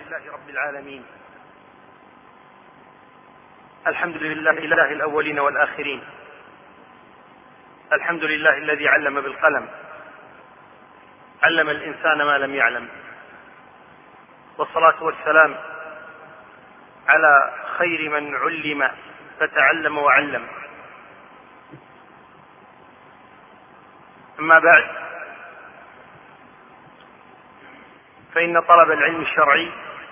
لله رب العالمين. الحمد لله إله الأولين والآخرين. الحمد لله الذي علم بالقلم، علم الإنسان ما لم يعلم، والصلاة والسلام على خير من علم فتعلم وعلم. أما بعد، فإن طلب العلم الشرعي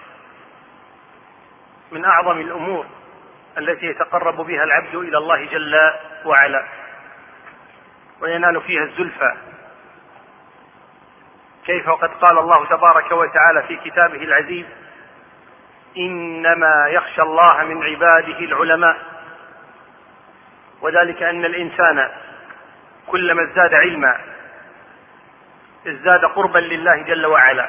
من أعظم الأمور التي يتقرب بها العبد إلى الله جل وعلا وينال فيها الزلفى. كيف وقد قال الله تبارك وتعالى في كتابه العزيز: إنما يخشى الله من عباده العلماء. وذلك أن الإنسان كلما ازداد علما ازداد قربا لله جل وعلا،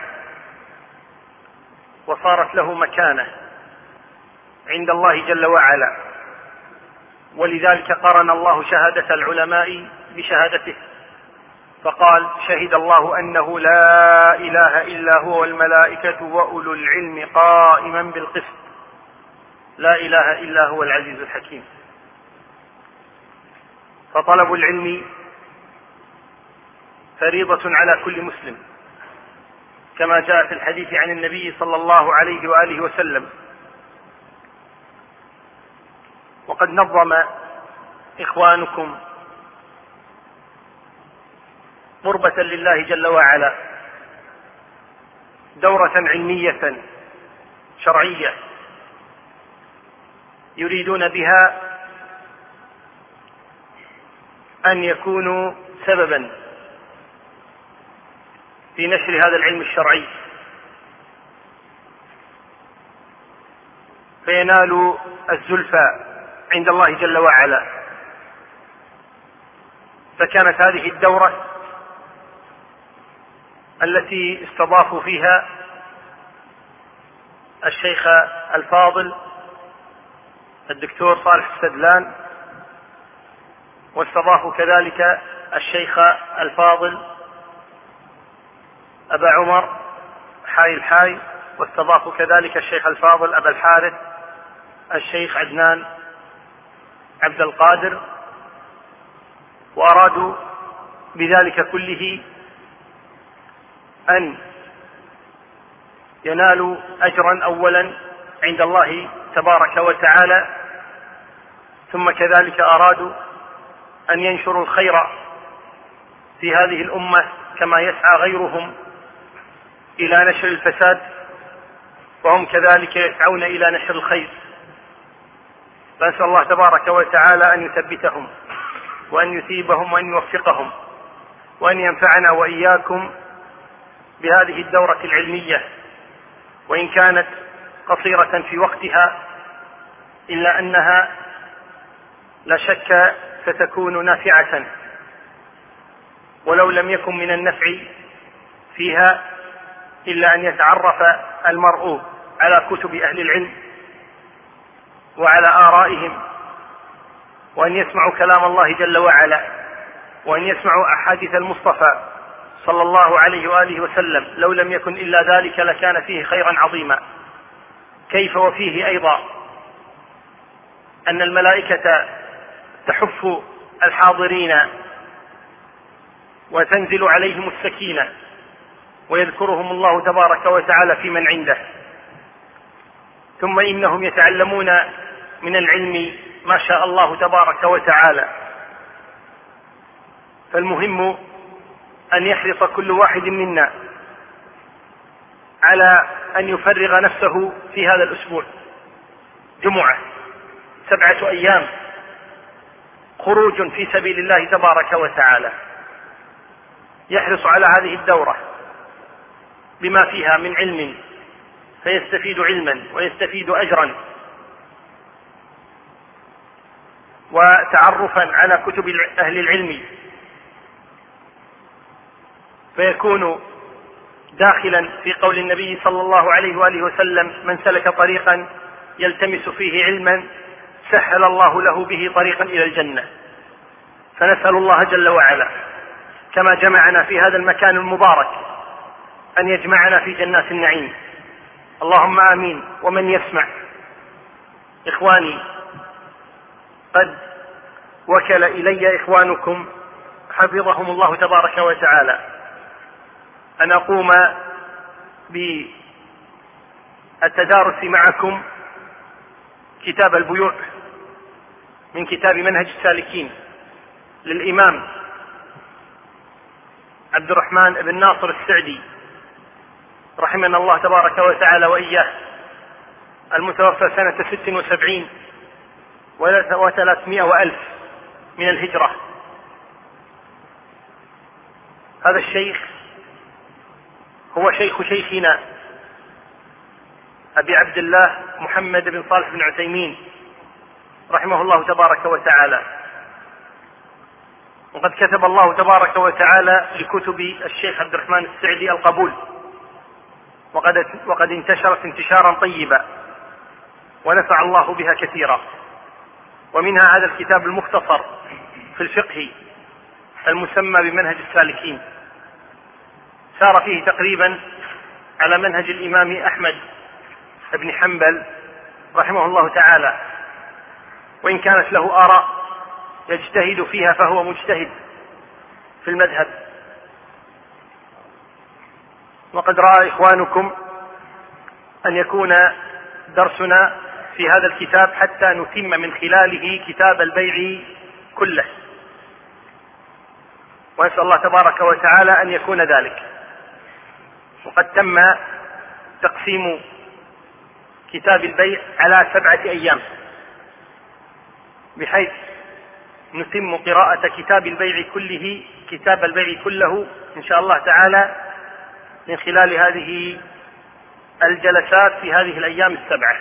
وصارت له مكانة عند الله جل وعلا. ولذلك قرن الله شهادة العلماء بشهادته، فقال: شهد الله أنه لا إله إلا هو والملائكة وأولو العلم قائما بالقسط، لا إله إلا هو العزيز الحكيم. فطلب العلم فريضة على كل مسلم، كما جاء في الحديث عن النبي صلى الله عليه وآله وسلم. وقد نظم إخوانكم قربة لله جل وعلا دورة علمية شرعية يريدون بها أن يكونوا سببا في نشر هذا العلم الشرعي، فينالوا الزلفى عند الله جل وعلا. فكانت هذه الدورة التي استضافوا فيها الشيخ الفاضل الدكتور صالح السدلان، واستضافوا كذلك الشيخ الفاضل أبا عمر حاي الحاي، واستضافوا كذلك الشيخ الفاضل أبا الحارث الشيخ عدنان عبد القادر. وأرادوا بذلك كله أن ينالوا أجرا أولا عند الله تبارك وتعالى، ثم كذلك أرادوا أن ينشروا الخير في هذه الأمة كما يسعى غيرهم إلى نشر الفساد، وهم كذلك يسعون إلى نشر الخير. فنسأل الله تبارك وتعالى أن يثبتهم وأن يثيبهم وأن يوفقهم وأن ينفعنا وإياكم بهذه الدورة العلمية، وإن كانت قصيرة في وقتها إلا أنها لا شك ستكون نافعة، ولو لم يكن من النفع فيها إلا أن يتعرف المرء على كتب أهل العلم وعلى آرائهم، وأن يسمعوا كلام الله جل وعلا، وأن يسمعوا أحاديث المصطفى صلى الله عليه وآله وسلم. لو لم يكن إلا ذلك لكان فيه خيرا عظيما. كيف وفيه أيضا أن الملائكة تحف الحاضرين وتنزل عليهم السكينة ويذكرهم الله تبارك وتعالى في من عنده. ثم إنهم يتعلمون من العلم ما شاء الله تبارك وتعالى. فالمهم أن يحرص كل واحد منا على أن يفرغ نفسه في هذا الأسبوع، جمعة 7 أيام خروج في سبيل الله تبارك وتعالى، يحرص على هذه الدورة بما فيها من علم، فيستفيد علما ويستفيد أجرا وتعرفا على كتب أهل العلم، فيكون داخلا في قول النبي صلى الله عليه وآله وسلم: من سلك طريقا يلتمس فيه علما سهل الله له به طريقا إلى الجنة. فنسأل الله جل وعلا كما جمعنا في هذا المكان المبارك أن يجمعنا في جنات النعيم، اللهم آمين. ومن يسمع. إخواني، قد وكل إلي إخوانكم حفظهم الله تبارك وتعالى أن أقوم بالتدارس معكم كتاب البيوع من كتاب منهج السالكين للإمام عبد الرحمن بن ناصر السعدي رحمنا الله تبارك وتعالى وإياه، المتوفى سنة 76 و300 وألف من الهجرة. هذا الشيخ هو شيخ شيخنا أبي عبد الله محمد بن صالح بن عثيمين رحمه الله تبارك وتعالى. وقد كتب الله تبارك وتعالى لكتب الشيخ عبد الرحمن السعدي القبول، وقد انتشرت انتشارا طيبا ونفع الله بها كثيرا. ومنها هذا الكتاب المختصر في الفقه المسمى بمنهج السالكين، سار فيه تقريبا على منهج الإمام أحمد بن حنبل رحمه الله تعالى، وإن كانت له آراء يجتهد فيها فهو مجتهد في المذهب. وقد رأى إخوانكم أن يكون درسنا في هذا الكتاب حتى نتم من خلاله كتاب البيع كله، ونسأل الله تبارك وتعالى أن يكون ذلك. وقد تم تقسيم كتاب البيع على 7 أيام، بحيث نتم قراءة كتاب البيع كله إن شاء الله تعالى من خلال هذه الجلسات في هذه الأيام 7.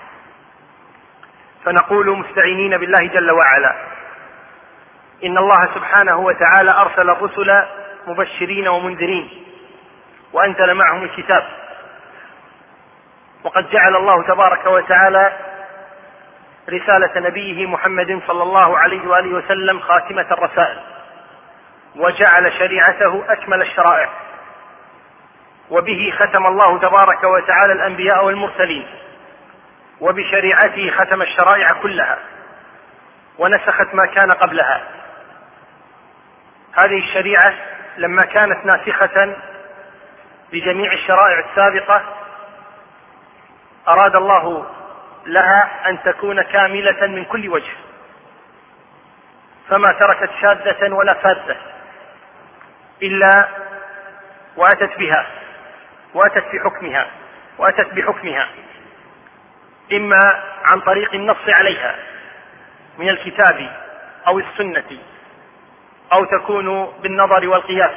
فنقول مستعينين بالله جل وعلا: إن الله سبحانه وتعالى أرسل الرسل مبشرين ومنذرين وأنزل معهم الكتاب. وقد جعل الله تبارك وتعالى رسالة نبيه محمد صلى الله عليه وآله وسلم خاتمة الرسائل، وجعل شريعته أكمل الشرائع، وبه ختم الله تبارك وتعالى الأنبياء والمرسلين، وبشريعته ختم الشرائع كلها ونسخت ما كان قبلها. هذه الشريعة لما كانت ناسخة بجميع الشرائع السابقة أراد الله لها أن تكون كاملة من كل وجه، فما تركت شاذة ولا فاذة إلا وأتت بها وأتت بحكمها، إما عن طريق النص عليها من الكتاب أو السنة، أو تكون بالنظر والقياس،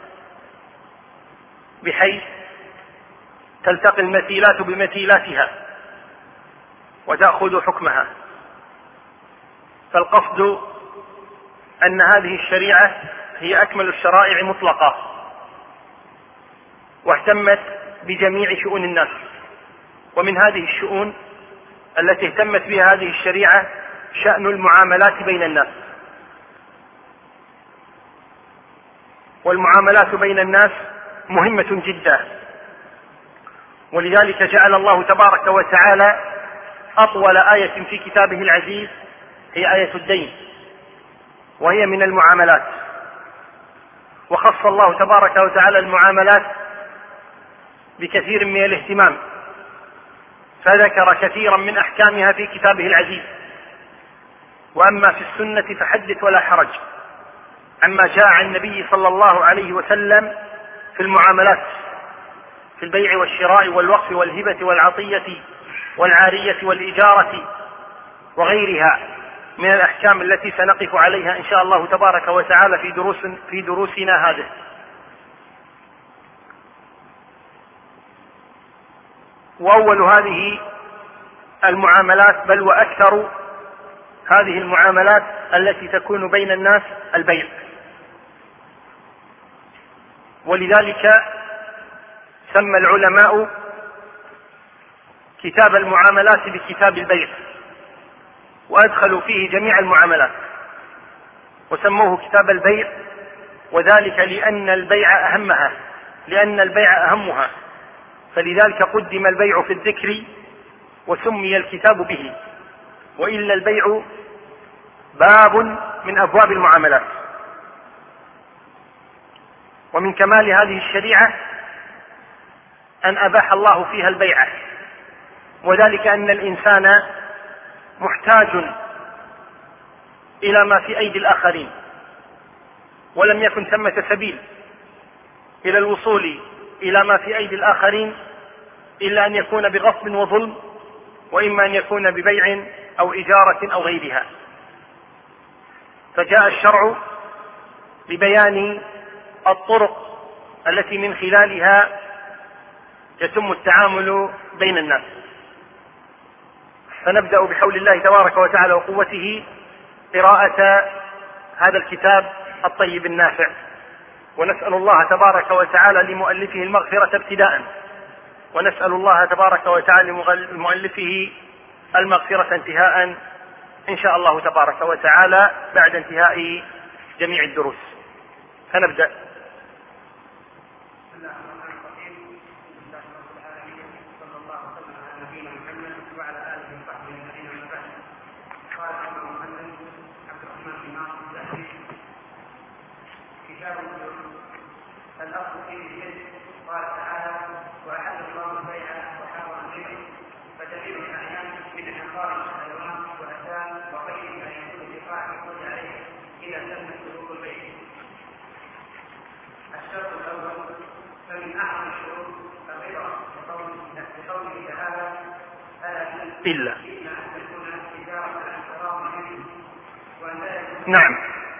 بحيث تلتقي المثيلات بمثيلاتها وتأخذ حكمها. فالقصد أن هذه الشريعة هي أكمل الشرائع مطلقة، واهتمت بجميع شؤون الناس. ومن هذه الشؤون التي اهتمت بها هذه الشريعة شأن المعاملات بين الناس. والمعاملات بين الناس مهمة جدا، ولذلك جعل الله تبارك وتعالى أطول آية في كتابه العزيز هي آية الدين، وهي من المعاملات. وخص الله تبارك وتعالى المعاملات بكثير من الاهتمام، فذكر كثيرا من أحكامها في كتابه العزيز. وأما في السنة فحدث ولا حرج عما جاء عن النبي صلى الله عليه وسلم في المعاملات، في البيع والشراء والوقف والهبة والعطية والعارية والإجارة وغيرها من الأحكام التي سنقف عليها إن شاء الله تبارك وتعالى في دروسنا هذه. وأول هذه المعاملات بل وأكثر هذه المعاملات التي تكون بين الناس البيع، ولذلك سمى العلماء كتاب المعاملات بكتاب البيع، وأدخلوا فيه جميع المعاملات وسموه كتاب البيع، وذلك لأن البيع أهمها، فلذلك قدم البيع في الذكر وسمي الكتاب به، وإلا البيع باب من أبواب المعاملات. ومن كمال هذه الشريعة أن أباح الله فيها البيع، وذلك أن الإنسان محتاج إلى ما في أيدي الآخرين، ولم يكن ثمة سبيل إلى الوصول إلى ما في أيدي الآخرين إلا أن يكون بغصب وظلم، وإما أن يكون ببيع أو إجارة أو غيرها. فجاء الشرع لبيان الطرق التي من خلالها يتم التعامل بين الناس. فنبدأ بحول الله تبارك وتعالى وقوته قراءة هذا الكتاب الطيب النافع، ونسأل الله تبارك وتعالى لمؤلفه المغفرة ابتداء، ونسأل الله تبارك وتعالى لمؤلفه المغفرة انتهاء إن شاء الله تبارك وتعالى بعد انتهاء جميع الدروس. فنبدأ. الأصل فيه الحل. قال تعالى: وأحل الله البيع وحرم الربا فتحل الأعيان من عقار الحيوان وأسان وغير ما يكون بقاع الحج عليه إذا تمت شروط البيع. الشرط الأول: فمن أعظم الشروط الربا بقوله تعالى: إلا أن تكون تجارة عن تراض منكم وأن لا يكون. نعم.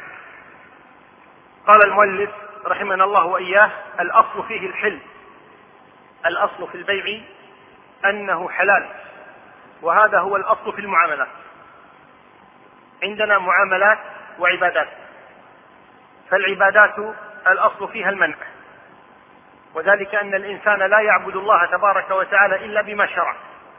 قال المؤلف رحمنا الله وإياه: الأصل فيه الحل. الأصل في البيع أنه حلال، وهذا هو الأصل في المعاملات. عندنا معاملات وعبادات، فالعبادات الأصل فيها المنع، وذلك أن الإنسان لا يعبد الله تبارك وتعالى إلا بما شرع.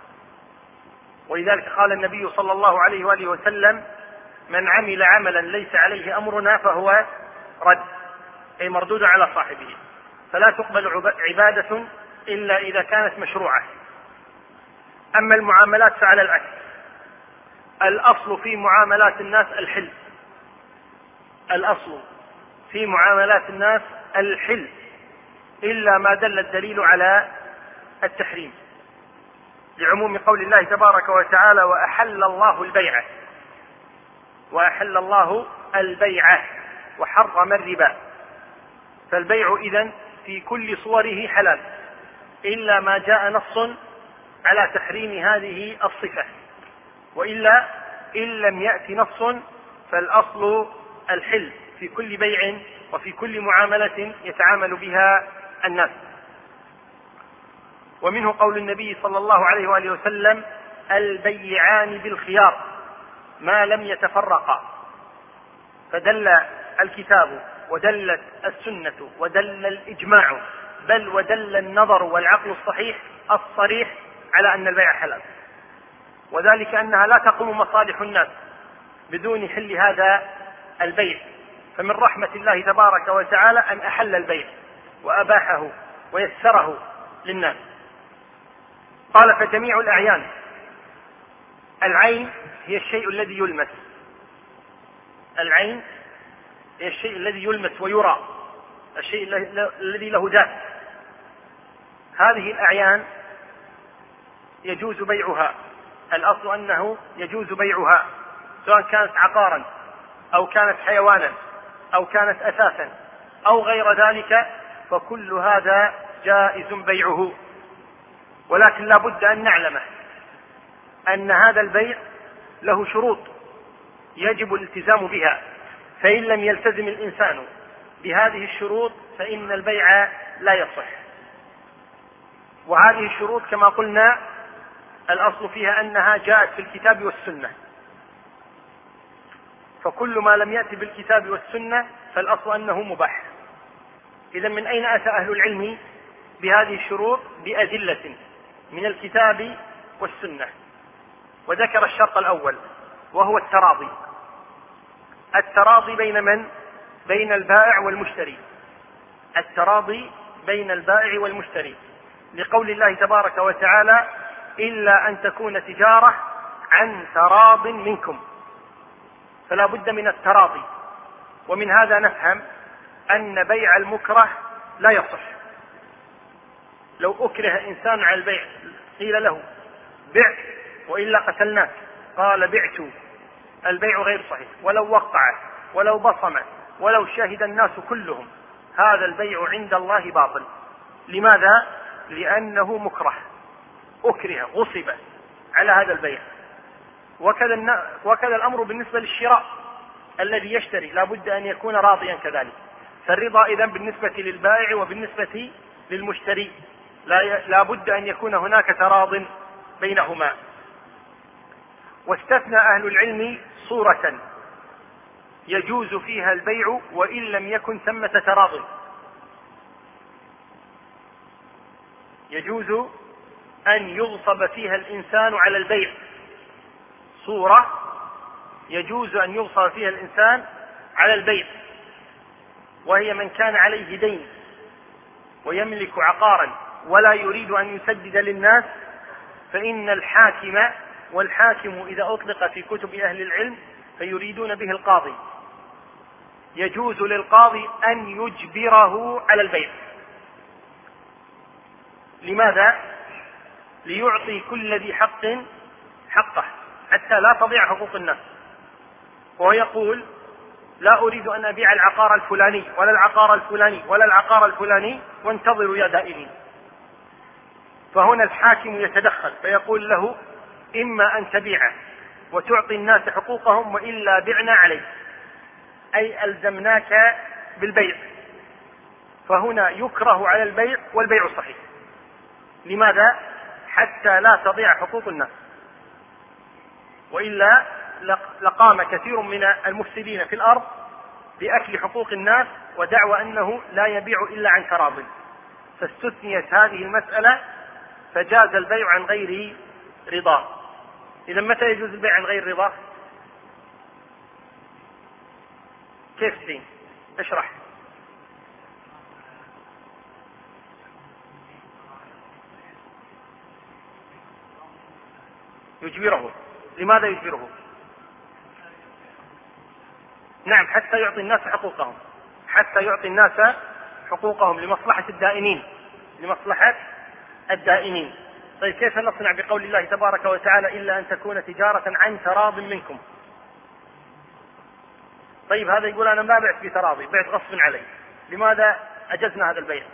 ولذلك قال النبي صلى الله عليه وآله وسلم: من عمل عملا ليس عليه أمرنا فهو رد، أي مردود على صاحبه. فلا تقبل عبادة إلا إذا كانت مشروعة. أما المعاملات فعلى العكس، الأصل في معاملات الناس الحل. الأصل في معاملات الناس الحل، إلا ما دل الدليل على التحريم، لعموم قول الله تبارك وتعالى: وأحل الله البيع. وأحل الله البيع وحرم الربا. فالبيع إذن في كل صوره حلال، إلا ما جاء نص على تحريم هذه الصفة، وإلا إن لم يأتي نص فالأصل الحل في كل بيع وفي كل معاملة يتعامل بها الناس. ومنه قول النبي صلى الله عليه وآله وسلم: البيعان بالخيار ما لم يتفرقا. فدل الكتاب ودلت السنة ودل الإجماع، بل ودل النظر والعقل الصحيح الصريح على أن البيع حلال، وذلك أنها لا تقوم مصالح الناس بدون حل هذا البيع. فمن رحمة الله تبارك وتعالى أن أحل البيع وأباحه ويسره للناس. قال: فجميع الأعيان. العين هي الشيء الذي يلمس. العين هي الشيء الذي يلمس ويرى، الشيء الذي له ذات. هذه الأعيان يجوز بيعها. الأصل أنه يجوز بيعها، سواء كانت عقارا أو كانت حيوانا أو كانت أثاثا أو غير ذلك، فكل هذا جائز بيعه. ولكن لا بد أن نعلم أن هذا البيع له شروط يجب الالتزام بها، فإن لم يلتزم الإنسان بهذه الشروط فإن البيع لا يصح. وهذه الشروط كما قلنا الأصل فيها أنها جاءت في الكتاب والسنة، فكل ما لم يأتي بالكتاب والسنة فالأصل أنه مباح. إذن من أين أتى أهل العلم بهذه الشروط؟ بأدلة من الكتاب والسنة. وذكر الشرط الأول وهو التراضي. التراضي بين من؟ بين البائع والمشتري. التراضي بين البائع والمشتري، لقول الله تبارك وتعالى: إلا أن تكون تجارة عن تراض منكم. فلا بد من التراضي. ومن هذا نفهم أن بيع المكره لا يصح. لو أكره إنسان على البيع قيل له: بع وإلا قتلناك، قال: بعت، البيع غير صحيح. ولو وقع ولو بصم ولو شهد الناس كلهم، هذا البيع عند الله باطل. لماذا؟ لأنه مكره، أكره، غصب على هذا البيع. وكذا الأمر بالنسبة للشراء، الذي يشتري لا بد أن يكون راضيا كذلك. فالرضا إذن بالنسبة للبائع وبالنسبة للمشتري لا بد أن يكون هناك تراض بينهما. واستثنى أهل العلم صورة يجوز فيها البيع وإن لم يكن ثمة تراض. يجوز أن يغصب فيها الإنسان على البيع، صورة يجوز أن يغصب فيها الإنسان على البيع، وهي من كان عليه دين ويملك عقارا ولا يريد أن يسدد للناس، فإن الحاكم، والحاكم إذا أطلق في كتب أهل العلم فيريدون به القاضي، يجوز للقاضي أن يجبره على البيع. لماذا؟ ليعطي كل ذي حق حقه حتى لا تضيع حقوق الناس. وهو يقول: لا أريد أن أبيع العقار الفلاني ولا العقار الفلاني ولا العقار الفلاني وانتظروا يا دائمين. فهنا الحاكم يتدخل فيقول له: إما أن تبيعه وتعطي الناس حقوقهم وإلا بعنا عليك، أي ألزمناك بالبيع. فهنا يكره على البيع والبيع صحيح. لماذا؟ حتى لا تضيع حقوق الناس، وإلا لقام كثير من المفسدين في الأرض بأكل حقوق الناس ودعوى أنه لا يبيع إلا عن تراض. فاستثنيت هذه المسألة فجاز البيع عن غير رضا. إذا متى يجوز البيع عن غير رضا؟ كيف دين؟ اشرح. يجبره. لماذا يجبره؟ نعم، حتى يعطي الناس حقوقهم، حتى يعطي الناس حقوقهم لمصلحة الدائنين، لمصلحة الدائنين. طيب كيف نصنع بقول الله تبارك وتعالى: إلا أن تكون تجارة عن تراض منكم؟ طيب هذا يقول: أنا ما بعت بتراضي، بعت غصب علي. لماذا أجزنا هذا البيع؟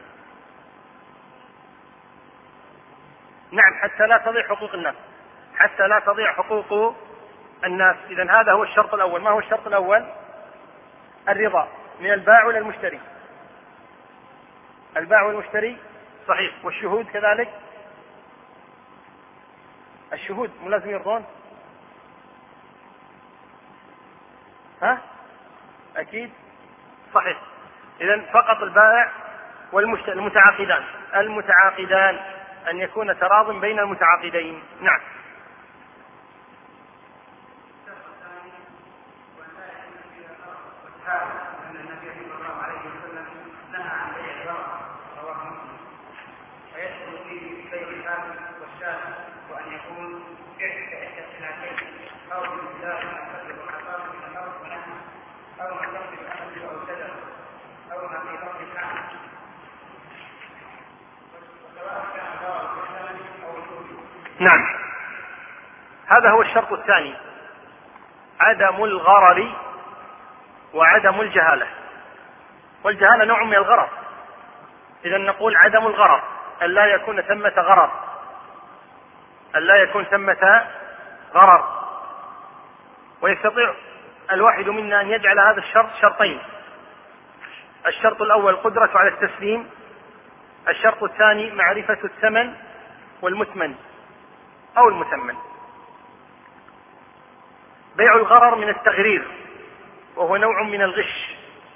نعم، حتى لا تضيع حقوق الناس، حتى لا تضيع حقوق الناس. إذن هذا هو الشرط الأول. ما هو الشرط الأول؟ الرضا من البائع ولا المشتري؟ البائع والمشتري صحيح. والشهود كذلك؟ الشهود لازم يرضون؟ ها؟ أكيد صحيح. إذن فقط البائع والمشتري، المتعاقدان أن يكون تراض بين المتعاقدين. نعم. أن النبي صلى الله عليه وسلم نهى عن بيع الغرر، رواه مسلم، ويدخل فيه بيع الحامل والشاة، وأن يكون إحدى السلعتين أو بمقدار ما تقدر العقار من الأرض ونحن، أو ما تقدر الأحد أو شجر، أو ما في بطن النعم، وسواء كان غرر بالثمن أو الكل. نعم، هذا هو الشرط الثاني: عدم الغرر وعدم الجهالة. والجهالة نوع من الغرر. إذا نقول عدم الغرر، أن لا يكون ثمة غرر، أن لا يكون ثمة غرر. ويستطيع الواحد منا أن يجعل هذا الشرط شرطين: الشرط الأول قدرة على التسليم، الشرط الثاني معرفة الثمن والمثمن أو المثمن. بيع الغرر من التغرير، وهو نوع من الغش.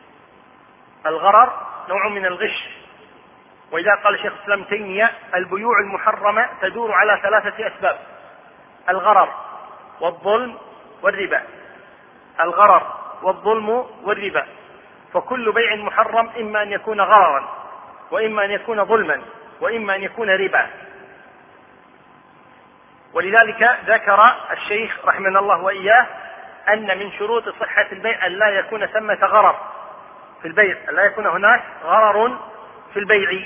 الغرر نوع من الغش. وإذا قال شيخ الإسلام تيمية: البيوع المحرمة تدور على 3 أسباب: الغرر والظلم والربا. الغرر والظلم والربا. فكل بيع محرم إما أن يكون غررا وإما أن يكون ظلما وإما أن يكون ربا. ولذلك ذكر الشيخ رحمه الله وإياه أن من شروط صحة البيع أن لا يكون ثمة غرر في البيع، أن لا يكون هناك غرر في البيع.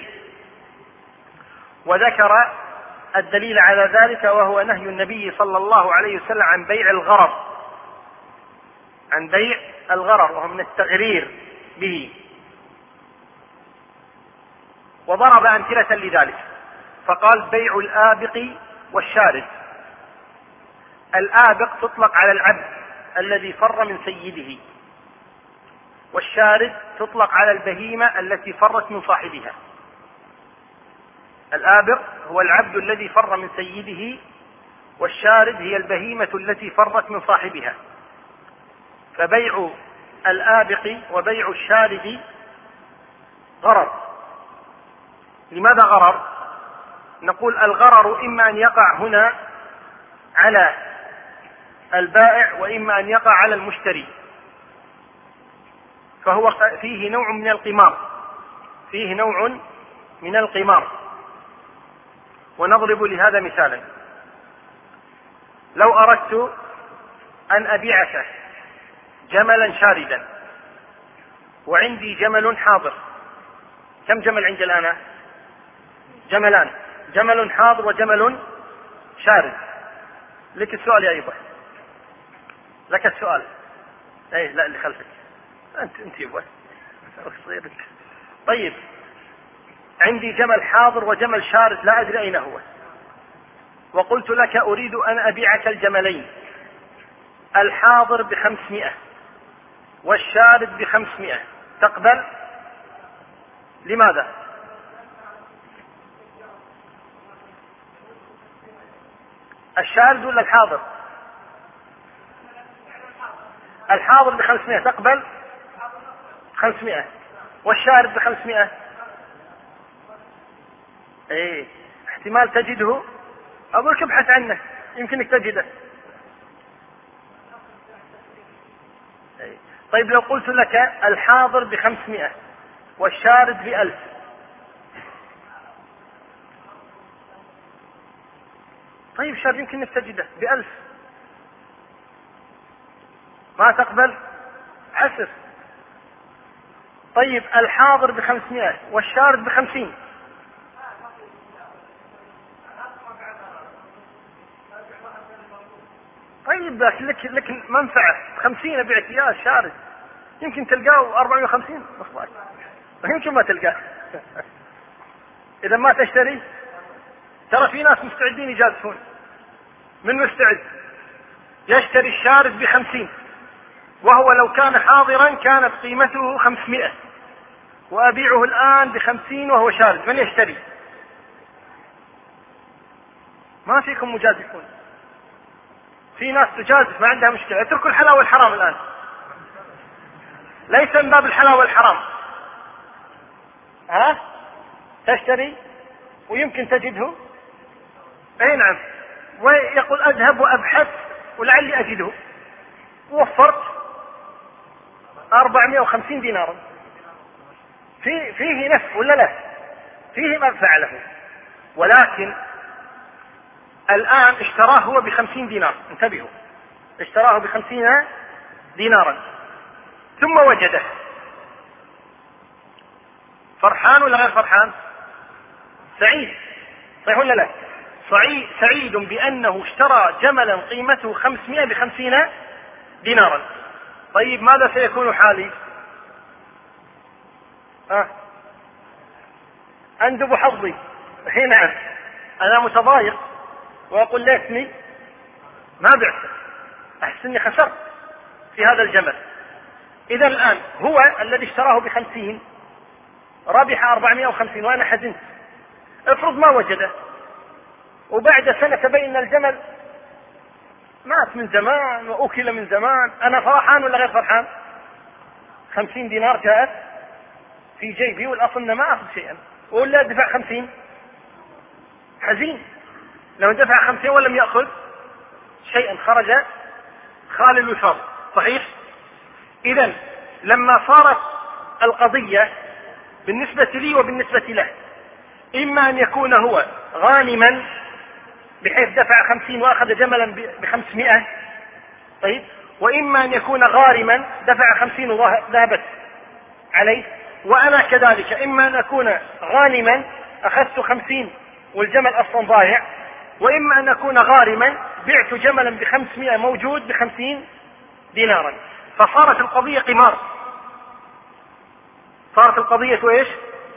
وذكر الدليل على ذلك وهو نهي النبي صلى الله عليه وسلم عن بيع الغرر، عن بيع الغرر وهو من التغرير به. وضرب أمثلة لذلك فقال بيع الآبق والشارد. الآبق تطلق على العبد الذي فر من سيده، والشارد تطلق على البهيمة التي فرت من صاحبها. الآبق هو العبد الذي فر من سيده، والشارد هي البهيمة التي فرت من صاحبها. فبيع الآبق وبيع الشارد غرر. لماذا غرر؟ نقول الغرر إما أن يقع هنا على البائع وإما أن يقع على المشتري، فهو فيه نوع من القمار، فيه نوع من القمار. ونضرب لهذا مثالا: لو أردت أن أبيعك جملا شاردا وعندي جمل حاضر. كم جمل عندي الآن؟ جملان، جمل حاضر وجمل شارد. لك السؤال يا أيوة، لك السؤال. أي لا اللي خلفك أنت يبغى. طيب عندي جمل حاضر وجمل شارد لا أدري أين هو، وقلت لك أريد أن أبيعك الجملين، الحاضر ب500 والشارد ب500، تقبل؟ لماذا؟ الشارد ولا الحاضر؟ الحاضر ب500 تقبل 500 والشارد ب500. ايه احتمال تجده، أقولك ابحث عنه يمكنك تجده. ايه. طيب لو قلت لك الحاضر ب500 والشارد ب1000، طيب الشارد يمكن انك تجده ب1000، ما تقبل؟ حسب. طيب الحاضر ب500 والشارد ب50، طيب لك منفعة 50 أبيعك إياه الشارد، يمكن تلقاه 450 مصباح، يمكن ما تلقاه. إذا ما تشتري، ترى في ناس مستعدين يجازفون. من مستعد يشتري الشارد ب50 وهو لو كان حاضرا كانت قيمته 500، وأبيعه الآن ب50 وهو شارد، من يشتري؟ ما فيكم مجازفون. في ناس تجازف ما عندها مشكلة. اتركوا الحلال والحرام الآن، ليس من باب الحلال والحرام. تشتري ويمكن تجده. اي نعم. ويقول اذهب وابحث ولعلي اجده، ووفرت 450 دينارا. فيه نفع ولا لا؟ فيه منفعة له. ولكن الآن اشتراه هو ب50 دينار، انتبهوا، اشتراه ب50 دينارا ثم وجده. فرحان ولا غير فرحان؟ سعيد، صحيح ولا لا؟ سعيد بأنه اشترى جملا قيمته 500 ب50 دينارا. طيب ماذا سيكون حالي؟ أندب حظي هنا، أنا متضايق وأقول ليتني ما بعت، أحسني خسرت في هذا الجمل. إذا الآن هو الذي اشتراه ب50 ربح 450 وأنا حزنت. افرض ما وجده وبعد سنة تبين الجمل مات من زمان وأكل من زمان، أنا فرحان ولا غير فرحان؟ 50 دينار جاءت في جيبي والأصل ما أخذ شيئا، ولا دفع 50 حزين. لو دفع 50 ولم يأخذ شيئا خرج خالي الوفاض، صحيح؟ إذن لما صارت القضية بالنسبة لي وبالنسبة له، إما أن يكون هو غانما بحيث دفع 50 وأخذ جملا ب500، طيب، وإما أن يكون غارما دفع 50 وذهبت عليه، وأنا كذلك إما أن أكون غانما أخذت 50 والجمل أصلا ضايع، وإما أن أكون غارما بعت جملا ب500 موجود ب50 دينارا. فصارت القضية قمار، صارت القضية إيش؟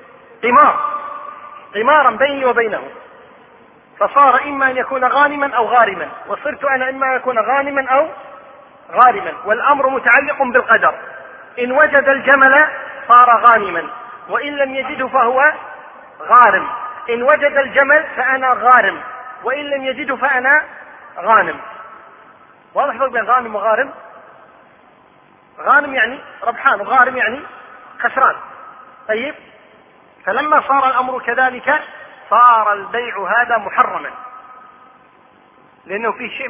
قمارا بيني وبينه. فصار إما أن يكون غانما أو غارما، وصرت أنا إما أن أكون غانما أو غارما، والأمر متعلق بالقدر. إن وجد الجمل صار غانما، وإن لم يجده فهو غارم. إن وجد الجمل فأنا غارم، وإن لم يجده فأنا غانم. واضح الفرق بين غانم وغارم؟ غانم يعني ربحان، وغارم يعني خسران. طيب، فلما صار الأمر كذلك صار البيع هذا محرما، لأنه فيه شيء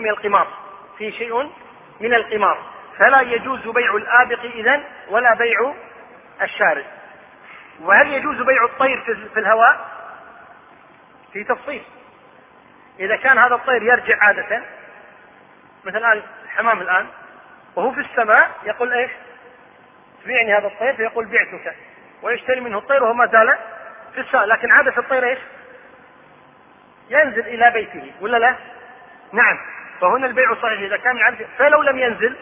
من القمار، فلا يجوز بيع الآبق إذن ولا بيع الشارد. وهل يجوز بيع الطير في الهواء؟ في تفصيل. إذا كان هذا الطير يرجع عادة، مثل الآن الحمام الآن وهو في السماء يقول إيش؟ تبيعني هذا الطير، فيقول بعتك، ويشتري منه الطير وهو ما زال في السماء. لكن عادة الطير إيش؟ ينزل إلى بيته ولا لا؟ نعم. فهنا البيع صحيح إذا كان من عادة. فلو لم ينزل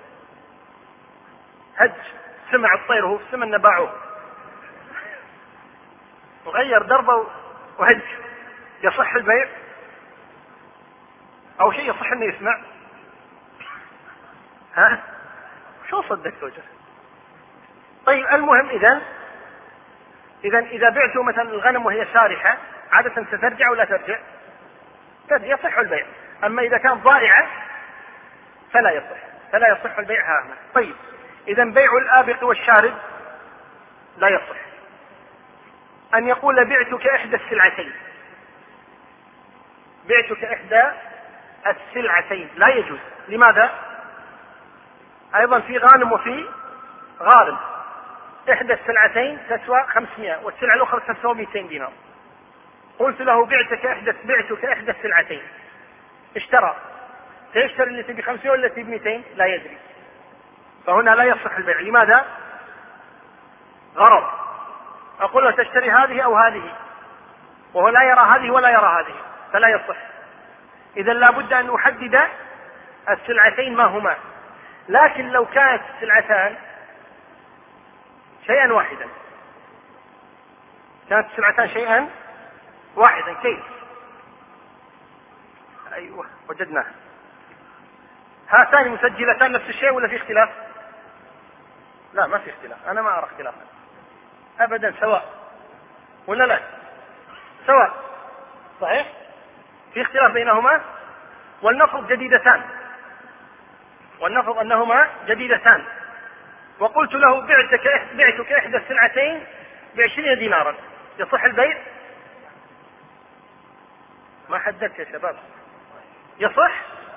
هج، سمع الطير وهو في السماء نباعه وغير دربه وهج، يصح البيع؟ أو شيء يصح أنه يسمع؟ ها؟ شو صدقت وجه؟ طيب، المهم إذا بعته مثلا الغنم وهي شارحة عادة سترجع ولا ترجع؟ يصح البيع. أما إذا كانت ضائعة فلا يصح البيع هذا. طيب، إذا بيع الآبق والشارد لا يصح. أن يقول بعتك إحدى السلعتين لا يجوز. لماذا؟ أيضا في غانم وفي غارم. إحدى السلعتين تسوى 500 والسلعة الأخرى تسوى 200 دينار. قلت له بعتك إحدى السلعتين، اشترى، سيشتري التي ب500 والتي ب200 لا يدري، فهنا لا يصح البيع. لماذا؟ غرض. أقول له تشتري هذه أو هذه، وهو لا يرى هذه ولا يرى هذه، فلا يصح. إذا لا بد أن أحدد السلعتين ما هما. لكن لو كانت السلعتان شيئا واحدا، كيف؟ أيوة، وجدناه. هاتان مسجلتان نفس الشيء ولا في اختلاف؟ لا، ما في اختلاف، أنا ما أرى اختلافا أبدا، سواء ولا لا؟ سواء، صحيح؟ في اختلاف بينهما، والنفض أنهما جديدتان. وقلت له بعتك إحدى السلعتين ب20 دينارا، يصح البيع؟ ما حددت يا شباب. يصح؟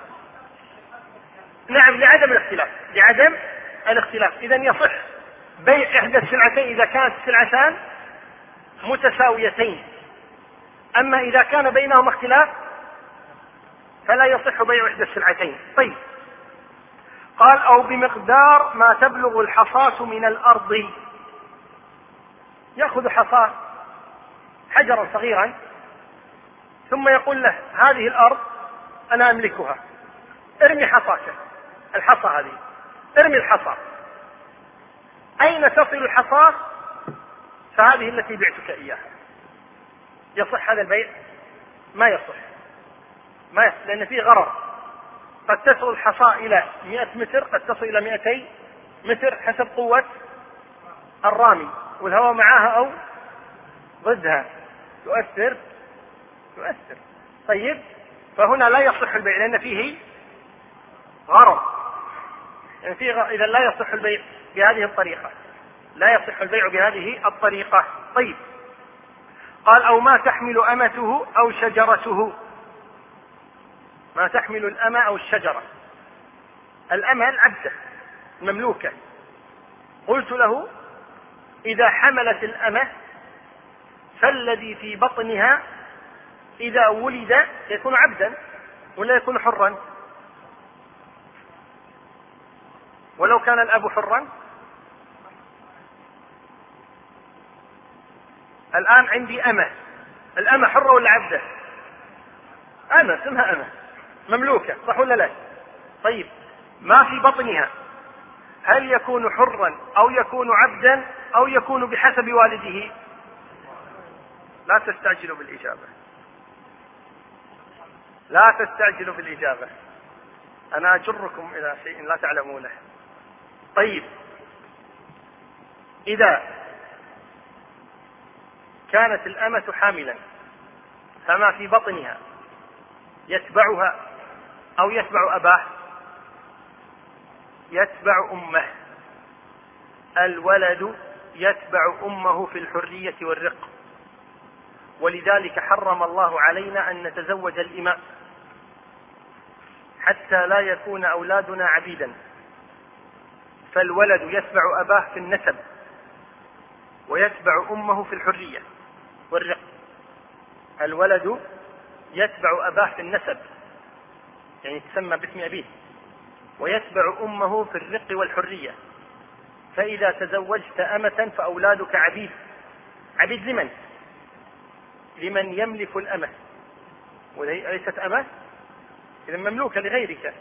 نعم، لعدم الاختلاف. إذن يصح بيع إحدى السلعتين إذا كانت السلعتان متساويتين. أما إذا كان بينهما اختلاف فلا يصح بيع إحدى السلعتين. طيب، قال أو بمقدار ما تبلغ الحصاة من الأرض. يأخذ حصاة، حجرا صغيرا، ثم يقول له هذه الأرض أنا أملكها، ارمي حصاك، الحصى هذه، ارمي الحصى. أين تصل الحصاة؟ فهذه التي بعتك إياها. يصح هذا البيع؟ ما يصح، لأن فيه غرر. قد تصل الحصاة إلى 100 متر، قد تصل إلى 200 متر حسب قوة الرامي، والهواء معها أو ضدها يؤثر. طيب، فهنا لا يصح البيع لأن فيه غرر، يعني إذا لا يصح البيع بهذه الطريقة. طيب، قال أو ما تحمل أمته أو شجرته. ما تحمل الأمة أو الشجرة. الأمة العبدة المملوكة. قلت له إذا حملت الأمة فالذي في بطنها إذا ولد يكون عبدا ولا يكون حرا؟ ولو كان الأب حرا. الآن عندي أمة، الأمة حرة ولا عبدة؟ أمة، اسمها أمة مملوكة، صح ولا لا؟ طيب ما في بطنها هل يكون حرا أو يكون عبدا أو يكون بحسب والده؟ لا تستعجلوا بالإجابة، لا تستعجلوا بالإجابة، أنا أجركم إلى شيء لا تعلمونه. طيب إذا كانت الأمة حاملا فما في بطنها يتبعها أو يتبع أباه؟ يتبع أمه. الولد يتبع أمه في الحرية والرق، ولذلك حرم الله علينا أن نتزوج الإماء حتى لا يكون أولادنا عبيدا. فالولد يتبع أباه في النسب ويتبع أمه في الحرية والرق. الولد يتبع أباه في النسب يعني تسمى باسم أبيه، ويتبع أمه في الرق والحرية. فإذا تزوجت أمة فأولادك عبيد. عبيد لمن؟ لمن يملك الأمة، وليست أمة إذا مملوكة لغيرك.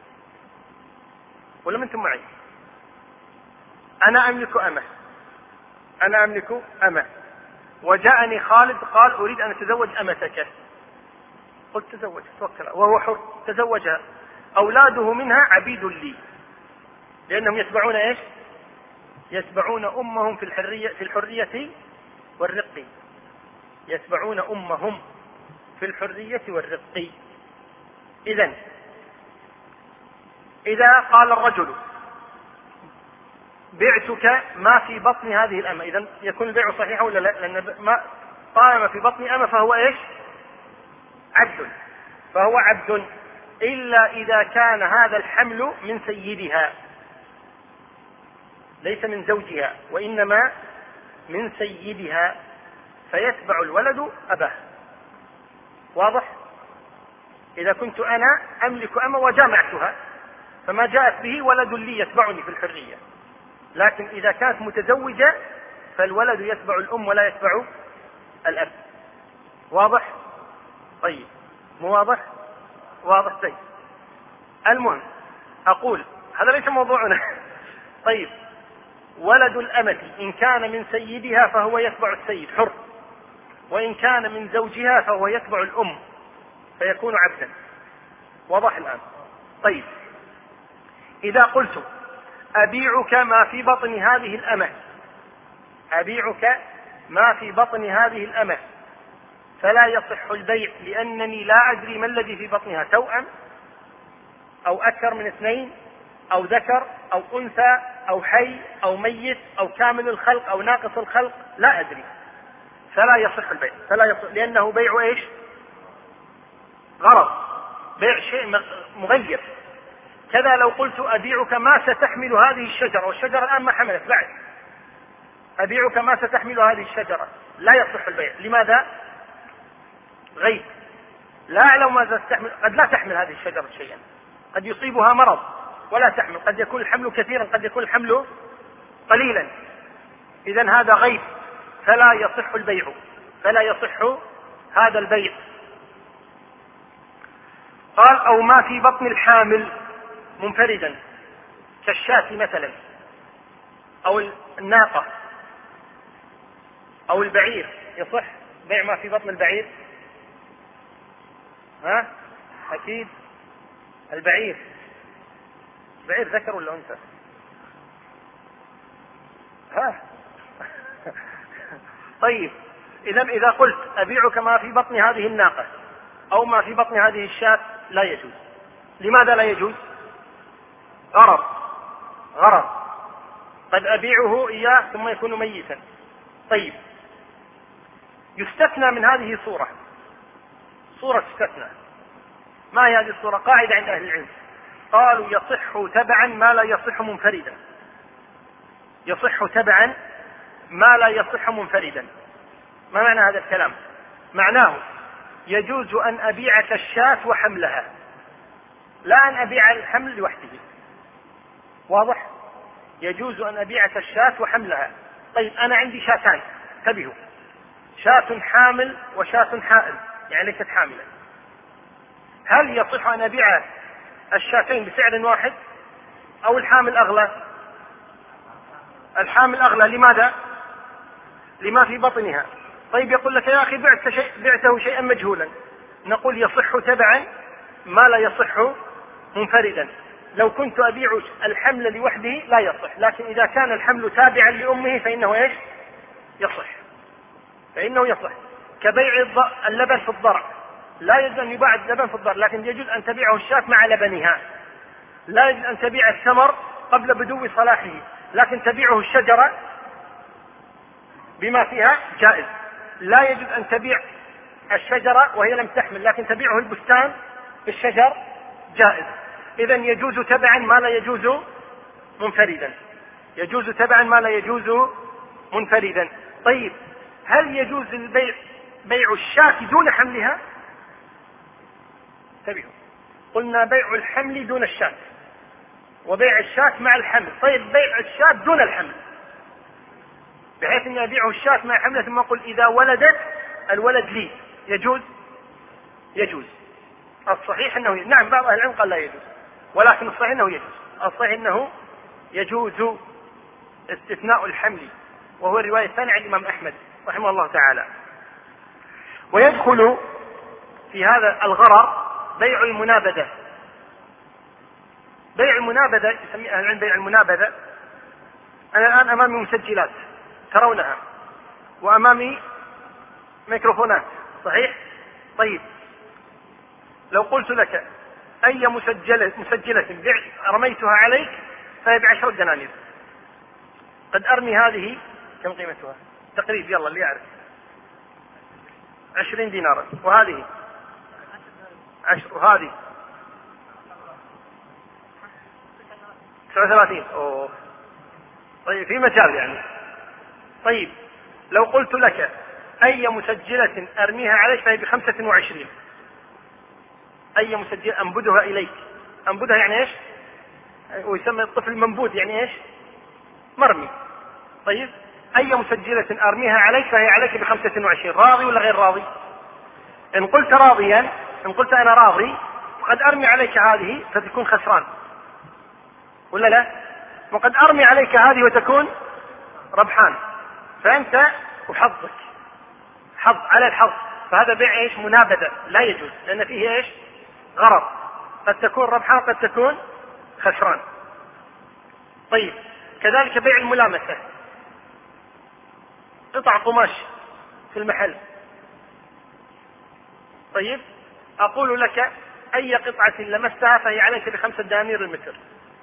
ولم أنتم معي؟ أنا أملك أمة وجاءني خالد قال أريد أن أتزوج أمتك، قلت تزوج توكل، وهو حر تزوجها. أولاده منها عبيد لي لأنهم يتبعون إيش؟ يتبعون أمهم في الحرية والرق. يتبعون أمهم في الحرية والرق. إذا قال الرجل بعتك ما في بطن هذه الأمة، إذن يكون البيع صحيحا ولا لا؟ لأن ما طالما في بطن أمة فهو إيش؟ عبد، فهو عبد، إلا إذا كان هذا الحمل من سيدها ليس من زوجها وإنما من سيدها، فيتبع الولد أباه. واضح؟ إذا كنت أنا أملك أمة وجامعتها فما جاءت به ولد لي يتبعني في الحرية، لكن إذا كانت متزوجة فالولد يتبع الأم ولا يتبع الأب. واضح؟ طيب مو واضح؟ واضح. طيب المهم أقول هذا ليس موضوعنا. طيب ولد الأمة إن كان من سيدها فهو يتبع السيد حر، وإن كان من زوجها فهو يتبع الأم فيكون عبدا. واضح الآن؟ طيب إذا قلت أبيعك ما في بطن هذه الأمة، أبيعك ما في بطن هذه الأمة، فلا يصح البيع لأنني لا أدري ما الذي في بطنها، توأم أو أكثر من اثنين أو ذكر أو أنثى أو حي أو ميت أو كامل الخلق أو ناقص الخلق، لا أدري، فلا يصح البيع. فلا يصح لأنه بيع إيش؟ غرض، بيع شيء مغير. كذا لو قلت أبيعك ما ستحمل هذه الشجرة، والشجرة الآن ما حملت بعد، أبيعك ما ستحمل هذه الشجرة، لا يصح البيع. لماذا؟ غيب، لا أعلم ماذا تحمل، قد لا تحمل هذه الشجرة شيئا، قد يصيبها مرض ولا تحمل، قد يكون الحمل كثيرا قد يكون الحمل قليلا. إذن هذا غيب فلا يصح البيع، فلا يصح هذا البيع. قال أو ما في بطن الحامل منفردا كالشاة مثلا أو الناقة أو البعير، يصح بيع ما في بطن البعير؟ ها أكيد البعير ذكر ولا أنثى؟ ها طيب إذا قلت أبيعك ما في بطن هذه الناقة أو ما في بطن هذه الشاة لا يجوز. لماذا لا يجوز؟ غرض، قد أبيعه إياه ثم يكون ميتا. طيب يستثنى من هذه صورة تستثنى. ما هي هذه الصورة؟ قاعدة عند أهل العلم قالوا يصح تبعا ما لا يصح منفردا، يصح تبعا ما لا يصح منفردا. ما معنى هذا الكلام؟ معناه يجوز أن أبيعك الشاة وحملها، لا أن أبيع الحمل لوحده. واضح؟ يجوز أن أبيعك الشاة وحملها. طيب أنا عندي شاتان، انتبهوا، شاة حامل وشاة حائل، يعني ليست حاملة. هل يصح أن أبيع الشاتين بسعر واحد أو الحامل أغلى؟ الحامل أغلى. لماذا؟ لما في بطنها. طيب يقول لك يا أخي بعته شيئا مجهولا. نقول يصح تبعا ما لا يصح منفردا. لو كنت أبيع الحمل لوحده لا يصح، لكن إذا كان الحمل تابعا لأمه فإنه إيش؟ يصح، فإنه يصح. كبيع اللبن في الضرع، لا يجوز أن يباع اللبن في الضرع، لكن يجوز أن تبيعه الشاة مع لبنها. لا يجوز أن تبيع الثمر قبل بدو صلاحه، لكن تبيعه الشجرة بما فيها جائز. لا يجوز أن تبيع الشجرة وهي لم تحمل، لكن تبيعه البستان بالشجر جائز. إذن يجوز تبعا ما لا يجوز منفردا، يجوز تبعا ما لا يجوز منفردا. طيب هل يجوز بيع الشاة دون حملها؟ انتبهوا، قلنا بيع الحمل دون الشاة، وبيع الشاة مع الحمل. طيب بيع الشاة دون الحمل، بحيث أن يبيعه الشاة مع حملة ثم أقول إذا ولدت الولد لي، يجوز؟ يجوز. الصحيح أنه نعم، بعض أهل العلم قال لا يجوز، ولكن الصحيح أنه يجوز. الصحيح أنه يجوز استثناء الحمل، وهو الرواية الثانية عن الإمام أحمد رحمه الله تعالى. ويدخل في هذا الغرر بيع المنابذة. بيع المنابذة يسمي أهل العلم بيع المنابذة. أنا الآن أمامي مسجلات ترونها، وأمامي ميكروفونات، صحيح؟ طيب لو قلت لك أي مسجلة رميتها عليك فهي ب10 دنانير، قد أرمي هذه، كم قيمتها تقريبا؟ يلا اللي يعرف. 20 دينارا، وهذه 10، وهذه 39. أوه. طيب في مجال يعني. طيب لو قلت لك أي مسجلة أرميها عليك فهي ب25. أي مسجلة أنبذها إليك، أنبذها يعني إيش؟ ويسمى الطفل منبوذ، يعني إيش؟ مرمي. طيب أي مسجلة أرميها عليك فهي عليك ب25. راضي ولا غير راضي؟ إن قلت راضيا، إن قلت أنا راضي، وقد أرمي عليك هذه فتكون خسران، ولا لا؟ وقد أرمي عليك هذه وتكون ربحان، فأنت وحظك، حظ على الحظ. فهذا بيع إيش؟ منابذة، لا يجوز، لأن فيه إيش؟ غرض، قد تكون ربحان قد تكون خسران. طيب كذلك بيع الملامسة، قطع قماش في المحل. طيب أقول لك أي قطعة لمستها فهي عليك ب5 دنانير المتر،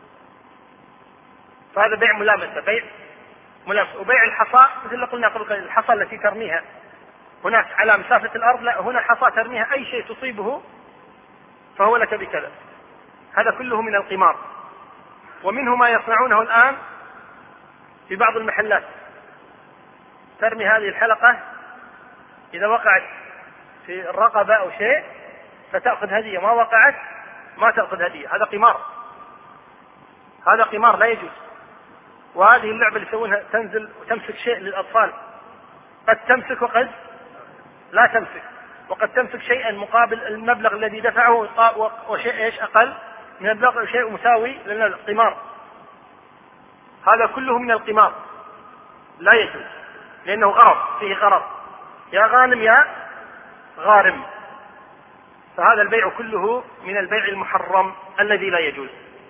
فهذا بيع ملامسة، بيع ملامسة. وبيع الحصى مثل ما قلنا قبل قليل، الحصى التي ترميها هناك على مسافة الأرض، لا هنا حصى ترميها، أي شيء تصيبه فهو لك بكذا. هذا كله من القمار، ومنه ما يصنعونه الآن في بعض المحلات، ترمي هذه الحلقة إذا وقعت في الرقبة أو شيء فتأخذ هدية، ما وقعت ما تأخذ هدية. هذا قمار، هذا قمار لا يجوز. وهذه اللعبة اللي يسوونها، تنزل وتمسك شيء للأطفال، قد تمسك وقد لا تمسك، وقد تمسك شيئا مقابل المبلغ الذي دفعه وشيء إيش أقل من المبلغ، شيء مساوي للقمار. هذا كله من القمار، لا يجوز، لأنه غرض، فيه غرض، يا غانم يا غارم. فهذا البيع كله من البيع المحرم الذي لا يجوز.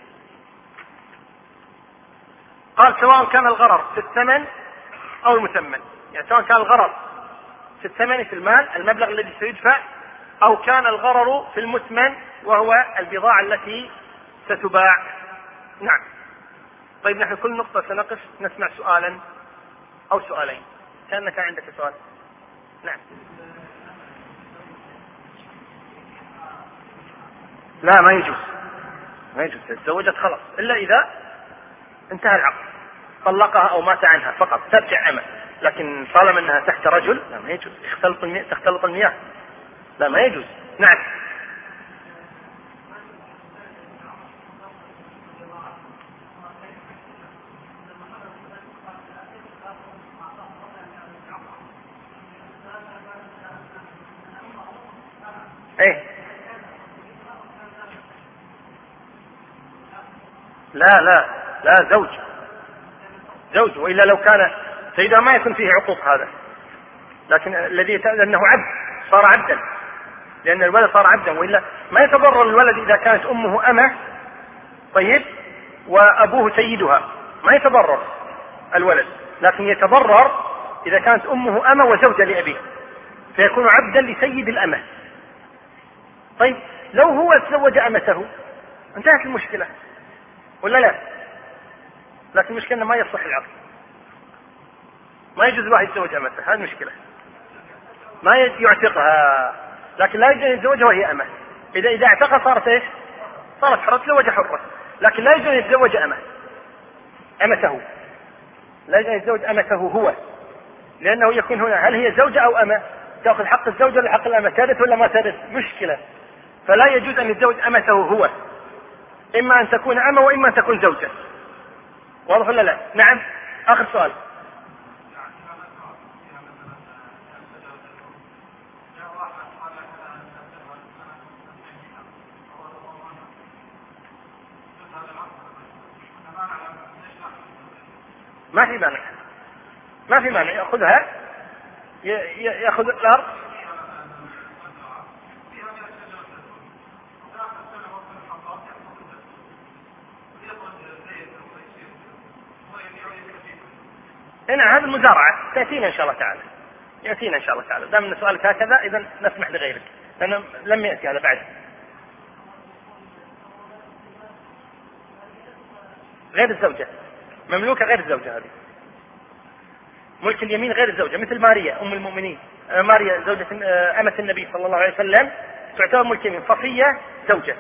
قال سواء كان الغرر في الثمن أو المثمن، يعني سواء كان الغرر في الثمن في المال المبلغ الذي سيدفع، أو كان الغرر في المثمن وهو البضاعة التي ستباع. نعم. طيب نحن كل نقطة سنقف نسمع سؤالا أو سؤالين. كأنك عندك سؤال. نعم. لا ما يجوز، ما يجوز. تزوجت خلاص، إلا إذا انتهى العقد، طلقها أو مات عنها فقط، ترجع أمة. لكن طالما أنها تحت رجل لا ما يجوز تختلط المياه، لا ما يجوز. نعم. ايه لا زوج، وإلا لو كان سيدها ما يكون فيه عقوق هذا، لكن الذي أنه عبد صار عبدا، لأن الولد صار عبدا، وإلا ما يتضرر الولد إذا كانت أمه أمة طيب وأبوه سيدها، ما يتضرر الولد، لكن يتضرر إذا كانت أمه أمة وزوجة لأبيه فيكون عبدا لسيد الأمة. طيب لو هو تزوج أمته انتهت المشكلة ولا لا؟ لكن المشكلة أنه ما يصح العقد، ما يجوز الواحد يتزوج أمته، هذه المشكلة، ما يعتقها، لكن لا يجوز يتزوجها وهي أمة. إذا اعتقها صارت إيش؟ صارت حرة، تزوج حرة، لكن لا يجوز يتزوج أمته، لا يجوز يتزوج أمته هو، لأنه يكون هنا هل هي زوجة أو أمة؟ تأخذ حق الزوجة ولا حق الأمة؟ ترث ولا ما ترث؟ مشكلة. فلا يجوز أن يتزوج أمته هو، إما أن تكون أمة وإما أن تكون زوجة. واضح ولا لا؟ نعم. آخر سؤال. ما في مانع يأخذها، يأخذ الأرض. هنا هذه المزارعة تأتينا إن شاء الله تعالى، يأتينا إن شاء الله تعالى، دام أن سؤالك هكذا إذا نسمح لغيرك، لأنه لم يأتي هذا بعد. غير الزوجة مملوكة، غير الزوجة، هذه ملك اليمين غير الزوجة، مثل ماريا أم المؤمنين، ماريا زوجة أمة النبي صلى الله عليه وسلم تعتبر ملك يمين. صفية زوجة،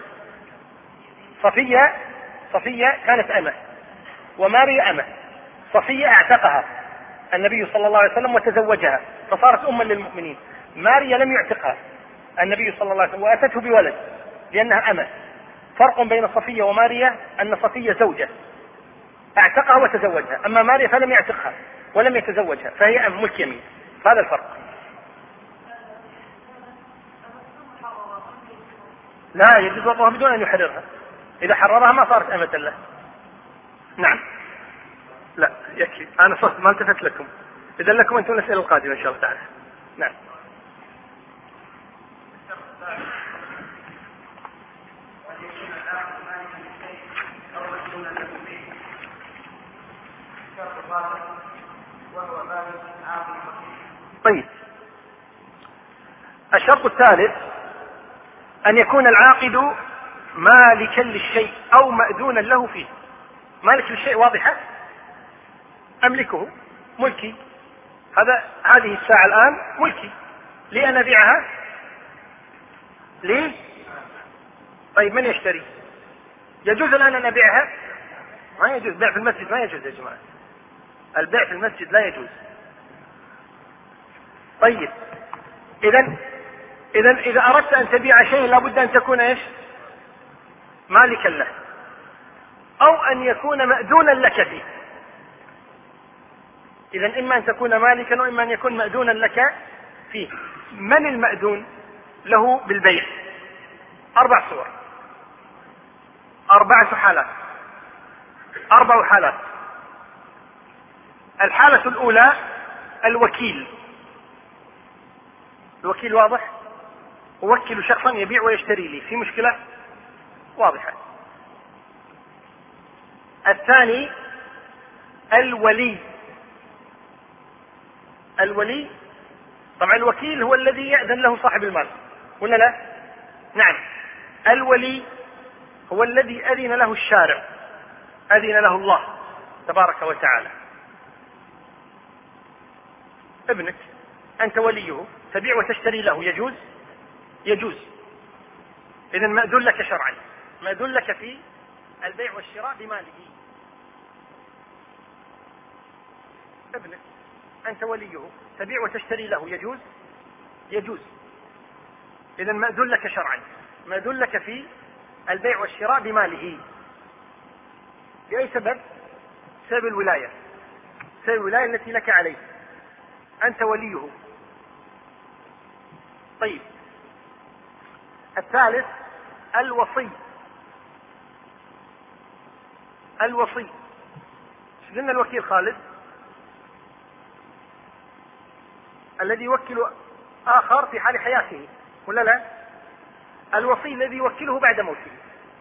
صفية كانت أمة وماريا أمة. صفية اعتقها النبي صلى الله عليه وسلم وتزوجها فصارت أما للمؤمنين. ماريا لم يعتقها النبي صلى الله عليه وسلم وأتته بولد لأنها أمة. فرق بين صفية وماريا أن صفية زوجة اعتقها وتزوجها، أما ماريا فلم يعتقها ولم يتزوجها فهي ملك يمين. هذا الفرق. لا يجوز وضعها بدون أن يحررها، إذا حررها ما صارت أمة له. نعم. لا يكفي، أنا صرت ما التفت لكم، إذا لكم أنتم الأسئلة القادمة إن شاء الله تعالى. نعم. طيب الشرط الثالث أن يكون العاقد مالكا للشيء أو مأذونا له فيه. مالك للشيء واضحة، أملكه، ملكي، هذه الساعة الآن ملكي، لي أن أبيعها لي. طيب من يشتري؟ يجوز الآن أن أبيعها؟ ما يجوز. بيع في المسجد ما يجوز يا جماعة، البيع في المسجد لا يجوز. طيب إذا أردت أن تبيع شيء لابد أن تكون إيش؟ مالكا له، أو أن يكون مأذونا لك فيه. إذا إما أن تكون مالكا وإما أن يكون مأذونا لك فيه. من المأذون له بالبيع؟ 4 صور، 4 حالات، 4 حالات. الحالة الأولى الوكيل. الوكيل واضح، أوكل شخصا يبيع ويشتري لي، في مشكلة واضحة. الثاني الولي. الولي طبعا الوكيل هو الذي يأذن له صاحب المال ولا لا؟ نعم. الولي هو الذي أذن له الشارع، أذن له الله تبارك وتعالى. ابنك أنت وليه، تبيع وتشتري له، يجوز؟ يجوز. إذن مأذون لك شرعا، مأذون لك في البيع والشراء بماله. ابنك أنت وليه، تبيع وتشتري له، يجوز؟ يجوز. إذن مأذون لك شرعا، مأذون لك في البيع والشراء بماله. بأي سبب؟ سبب الولاية، سبب الولاية التي لك عليه، أنت وليه. طيب، الثالث الوصي. الوصي قلنا الوكيل خالد الذي يوكل آخر في حال حياته، ولا لا؟ الوصي الذي يوكله بعد موته.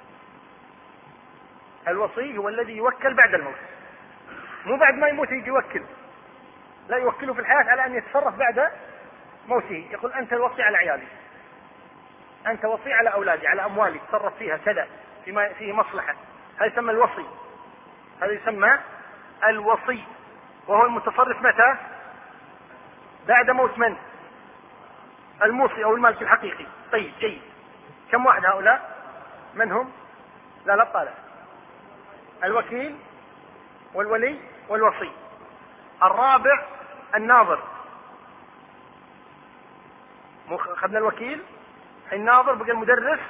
الوصي هو الذي يوكل بعد الموت، مو بعد ما يموت يجي يوكل، لا، يوكله في الحياة على أن يتصرف بعد موته. يقول أنت الوصي على عيالي، أنت وصي على أولادي، على أموالي، تصرف فيها كذا فيما فيه مصلحة. هذا يسمى الوصي، هذا يسمى الوصي، وهو المتصرف متى؟ بعد موت من؟ الموصي أو المالك الحقيقي. طيب جيد. كم واحد هؤلاء؟ من هم؟ لا طالع. الوكيل والولي والوصي. الرابع الناظر. أخذنا الوكيل، الناظر بقى المدرس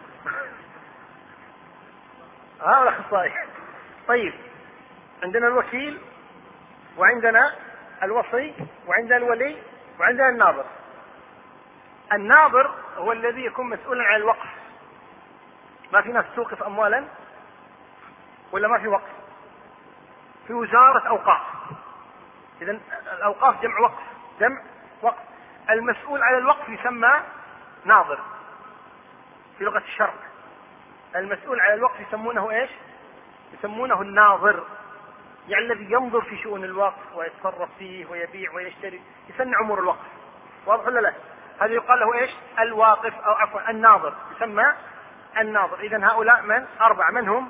الأخصائي. طيب، عندنا الوكيل وعندنا الوصي وعندنا الولي وعندنا الناظر. الناظر هو الذي يكون مسؤولا عن الوقف. ما في ناس توقف أموالا ولا ما في وقف؟ في وزارة أوقاف. إذن الأوقاف جمع وقف، جمع وقف. المسؤول على الوقف يسمى ناظر في لغة الشرع. المسؤول على الوقف يسمونه ايش؟ يسمونه الناظر، يعني الذي ينظر في شؤون الوقف ويتصرف فيه ويبيع ويشتري، يصنع امور الوقف. واضح ولا لا؟ هذا يقال له ايش؟ الواقف، او عفوا الناظر، يسمى الناظر. اذا هؤلاء من؟ أربعة. من هم؟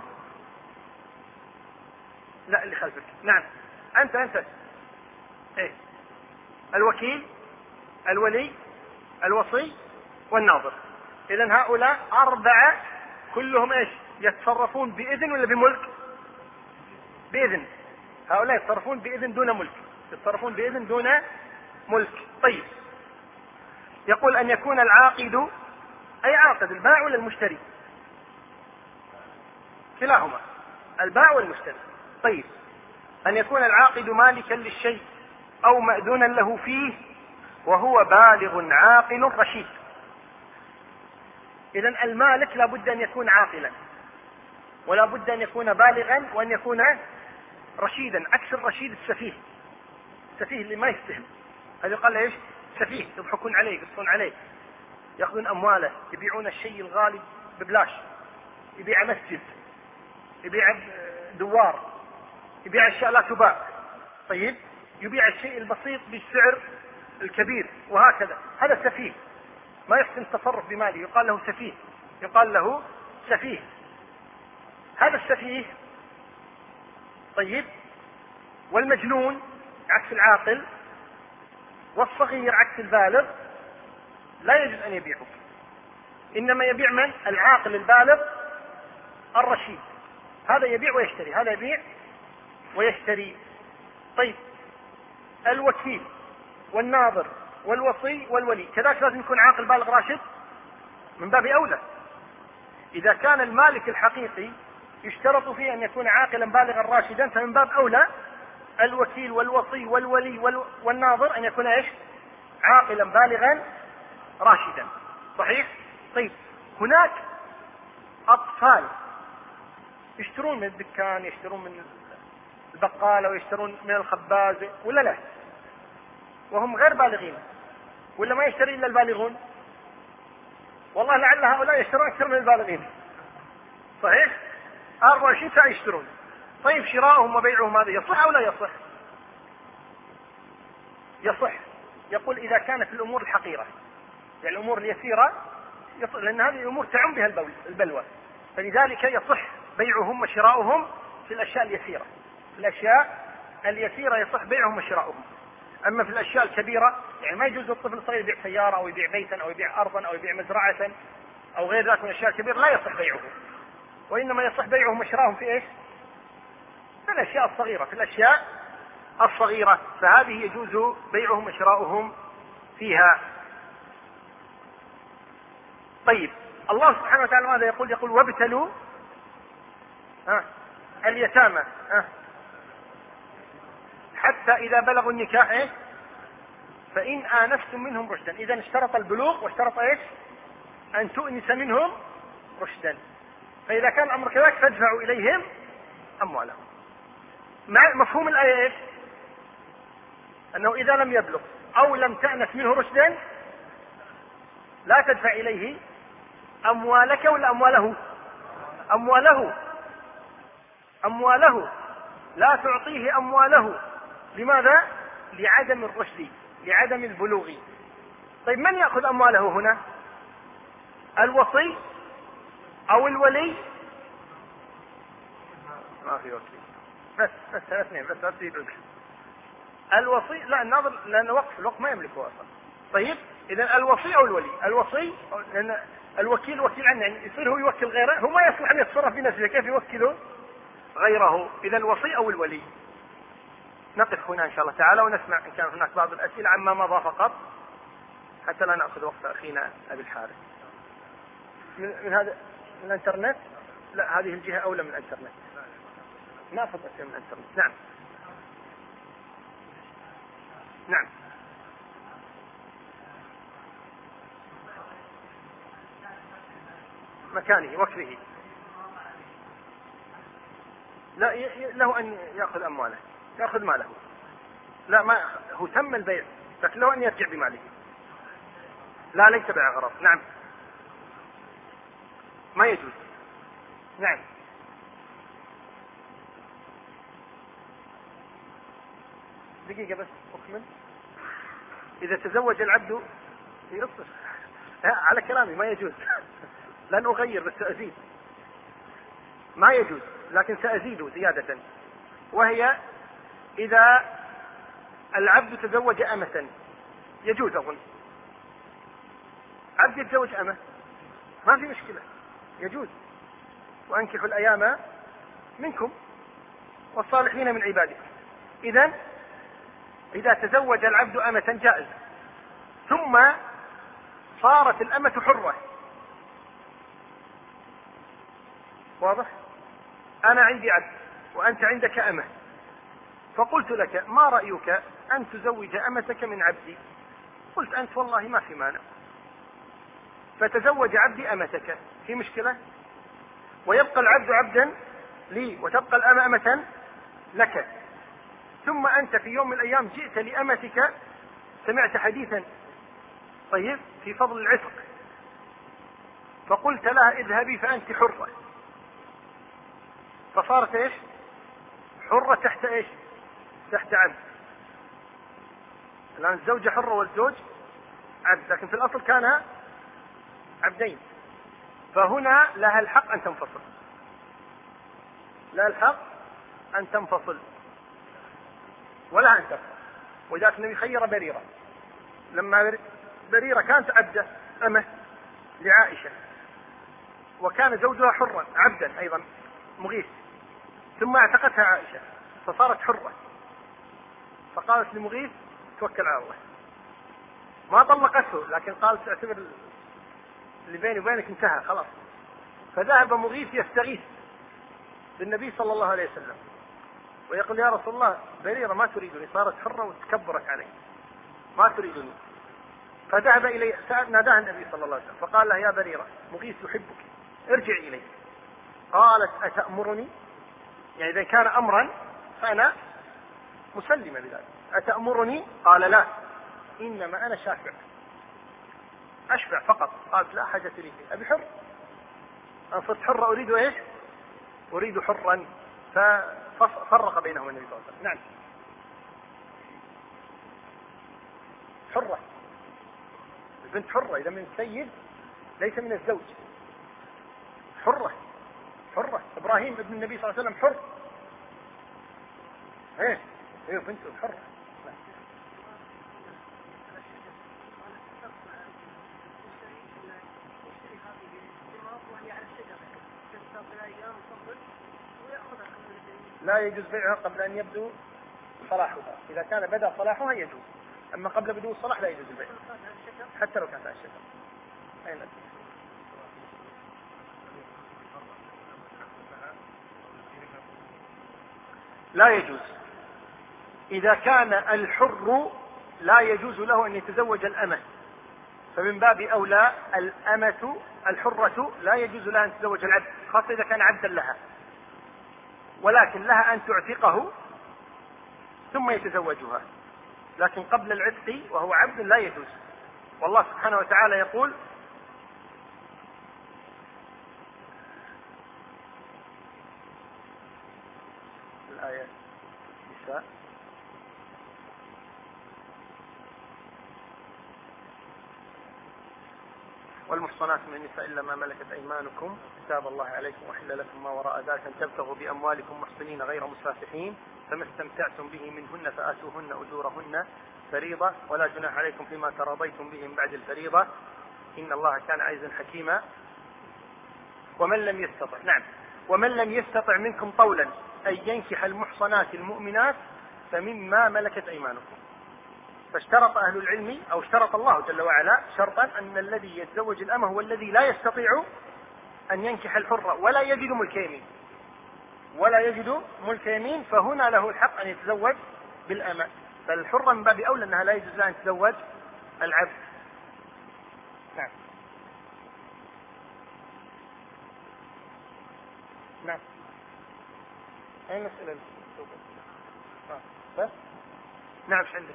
لا، اللي خلفك. نعم، انت ايه؟ الوكيل، الولي، الوصي، والناظر. اذا هؤلاء أربعة كلهم ايش؟ يتصرفون بإذن ولا بملك؟ بإذن. هؤلاء يتصرفون بإذن دون ملك، يتصرفون بإذن دون ملك. طيب، يقول أن يكون العاقد، أي عاقد، البائع ولا المشتري؟ كلاهما، البائع والمشتري. طيب، أن يكون العاقد مالكا للشيء أو مأذونا له فيه وهو بالغ عاقل رشيد. إذن المالك لا بد أن يكون عاقلا، ولا بد أن يكون بالغا، وأن يكون رشيدا. عكس الرشيد السفيه، السفيه اللي ما يستهم، هذا قال ايش؟ سفيه. يضحكون عليه، يقصون عليه، يأخذون أمواله، يبيعون الشيء الغالي ببلاش، يبيع مسجد، يبيع دوار، يبيع أشياء لا تباع. طيب، يبيع الشيء البسيط بالسعر الكبير، وهكذا. هذا سفيه، ما يحسن التصرف بماله، يقال له سفيه، يقال له سفيه. هذا السفيه. طيب، والمجنون عكس العاقل، والصغير عكس البالغ، لا يجوز أن يبيعه. إنما يبيع من؟ العاقل البالغ الرشيد. هذا يبيع ويشتري، هذا يبيع ويشتري. طيب، الوكيل والناظر والوصي والولي كذلك لازم يكون عاقل بالغ راشد، من باب أولى. إذا كان المالك الحقيقي يشترط فيه أن يكون عاقلا بالغا راشدا، فمن باب أولى الوكيل والوصي والولي والناظر أن يكون ايش؟ عاقلا بالغا راشدا. صحيح؟ طيب، هناك أطفال يشترون من الدكان، يشترون من البقالة، ويشترون من الخباز، ولا لا؟ وهم غير بالغين، ولا ما يشتري إلا البالغون؟ والله لعل هؤلاء يشترون أكثر من البالغين. صحيح؟ 24 ساعة يشترون. طيب، شراؤهم وبيعهم هذا يصح أو لا يصح؟ يصح. يقول إذا كانت الأمور الحقيرة، يعني الأمور اليسيرة يصح، لأن هذه الأمور تعم بها البلوى، فلذلك يصح بيعهم وشراؤهم في الأشياء اليسيرة. في الأشياء اليسيرة يصح بيعهم وشراؤهم. أما في الأشياء الكبيرة، يعني ما يجوز الطفل الصغير يبيع سيارة أو يبيع بيتا أو يبيع أرضا أو يبيع مزرعة أو غير ذلك من الأشياء الكبيرة، لا يصح بيعه. وإنما يصح بيعهم وشراؤهم في إيش؟ في الأشياء الصغيرة، في الأشياء الصغيرة فهذه يجوز بيعهم وشراؤهم فيها. طيب الله سبحانه وتعالى ماذا يقول؟ يقول وابتلوا اليتامى حتى إذا بلغوا النكاح فإن آنستم منهم رشدا. إذا اشترط البلوغ واشترط أن تؤنس منهم رشدا. فإذا كان الأمر كذلك فادفعوا إليهم أموالهم. مع مفهوم الآية أنه إذا لم يبلغ أو لم تأنس منه رشدا لا تدفع إليه أموالك ولا أمواله لا تعطيه أمواله. لماذا؟ لعدم الرشد، لعدم البلوغ. طيب من يأخذ أمواله هنا؟ الوصي أو الولي؟ ما في وصي، بس اثنين بس أصيب. الوصي لا الناظر لأن الوقت ما يملكه أصلا. طيب إذا الوصي أو الولي. الوصي لأن الوكيل وكيل عنه، يعني يصير هو يوكل غيره، هو ما يصلح أن يتصرف بنفسه، كيف يوكله غيره؟ إذا الوصي أو الولي. نقف هنا إن شاء الله تعالى ونسمع إن كان هناك بعض الأسئلة عما مضى فقط حتى لا نأخذ وقت أخينا أبي الحارث. من هذا من الانترنت؟ لا هذه الجهة أولى من الانترنت. نأخذ أسئلة من الانترنت. نعم مكانه وكره. لا له أن يأخذ أمواله، يأخذ ماله. لا ما هو تم البيع، لكن له أن يرجع بماله. لا ليس بيع غرض. نعم ما يجوز. نعم دقيقة بس أكمل. إذا تزوج العبد يصف على كلامي ما يجوز. لن أغير بس سأزيد. ما يجوز لكن سأزيد زيادة، وهي إذا العبد تزوج أمة يجوز. أظن عبد يتزوج أمة ما في مشكلة، يجوز. وأنكحوا الأيام منكم والصالحين من عبادكم. إذا تزوج العبد أمة جائز، ثم صارت الأمة حرة. واضح؟ أنا عندي عبد وأنت عندك أمة، فقلت لك ما رأيك أن تزوج أمتك من عبدي؟ قلت أنت والله ما في مانع، فتزوج عبدي أمتك، في مشكلة؟ ويبقى العبد عبدا لي وتبقى الأمة أمة لك. ثم أنت في يوم من الأيام جئت لأمتك، سمعت حديثا طيب في فضل العتق، فقلت لها اذهبي فأنت حرة، فصارت حرة تحت تحت عبد. الآن الزوجة حرة والزوج عبد، لكن في الأصل كان عبدين. فهنا لها الحق أن تنفصل، لها الحق أن تنفصل ولا أن تبقى. وذلك النبي خير بريرة، لما بريرة كانت عبدة أمه لعائشة، وكان زوجها حرا عبدا أيضا مغيث، ثم اعتقتها عائشة فصارت حرة، فقالت لمغيث توكل على الله. ما طلقته، لكن قالت اعتبر اللي بيني وبينك انتهى خلاص. فذهب مغيث يستغيث بالنبي صلى الله عليه وسلم ويقول يا رسول الله بريرة ما تريدني، صارت حرة وتكبرت علي، ما تريدني. فذهب إليه، ناداها النبي صلى الله عليه وسلم فقال له يا بريرة مغيث يحبك ارجعي إليه. قالت أتأمرني؟ يعني إذا كان أمرا فأنا مسلمة بذلك. أتأمرني؟ قال لا، إنما أنا شافع، أشفع فقط. قالت لا حاجة لي، أبي حر، أنا صرت حرة أريد أريد حرا. ففرق بينهم النبي صلى الله عليه وسلم. نعم حرة، البنت حرة إذا من السيد ليس من الزوج. حرة إبراهيم ابن النبي صلى الله عليه وسلم حر، بنته حرة. لا يجوز بيعها قبل أن يبدو صلاحها، إذا كان بدأ صلاحها يجوز، أما قبل بدو الصلاح لا يجوز البيع حتى لو كانت على الشجر. أين لا يجوز. إذا كان الحر لا يجوز له أن يتزوج الأمة، فمن باب أولى الأمة الحرة لا يجوز لها أن تتزوج العبد، خاصة إذا كان عبدا لها، ولكن لها أن تعتقه ثم يتزوجها، لكن قبل العتق وهو عبد لا يجوز. والله سبحانه وتعالى يقول: الآية نساء والمحصنات من النساء إلا ما ملكت أيمانكم كتاب الله عليكم وحل لكم ما وراء ذلك أن تبتغوا بأموالكم محصنين غير مسافحين فما استمتعتم به منهن فآتوهن أجورهن فريضة ولا جناح عليكم فيما تراضيتم به من بعد الفريضة إن الله كان عزيزا حكيما. ومن لم يستطع منكم طولا أن ينكح المحصنات المؤمنات فمما ملكت أيمانكم. فاشترط أهل العلم أو اشترط الله جل وعلا شرطا أن الذي يتزوج الأمة هو الذي لا يستطيع أن ينكح الحرة ولا يجد ملك يمين، فهنا له الحق أن يتزوج بالأمة. فالحرة من باب أولى أنها لا يجوز لها أن تتزوج العبد. نعم. أي مسألة بس؟ نعم. ايش عندك؟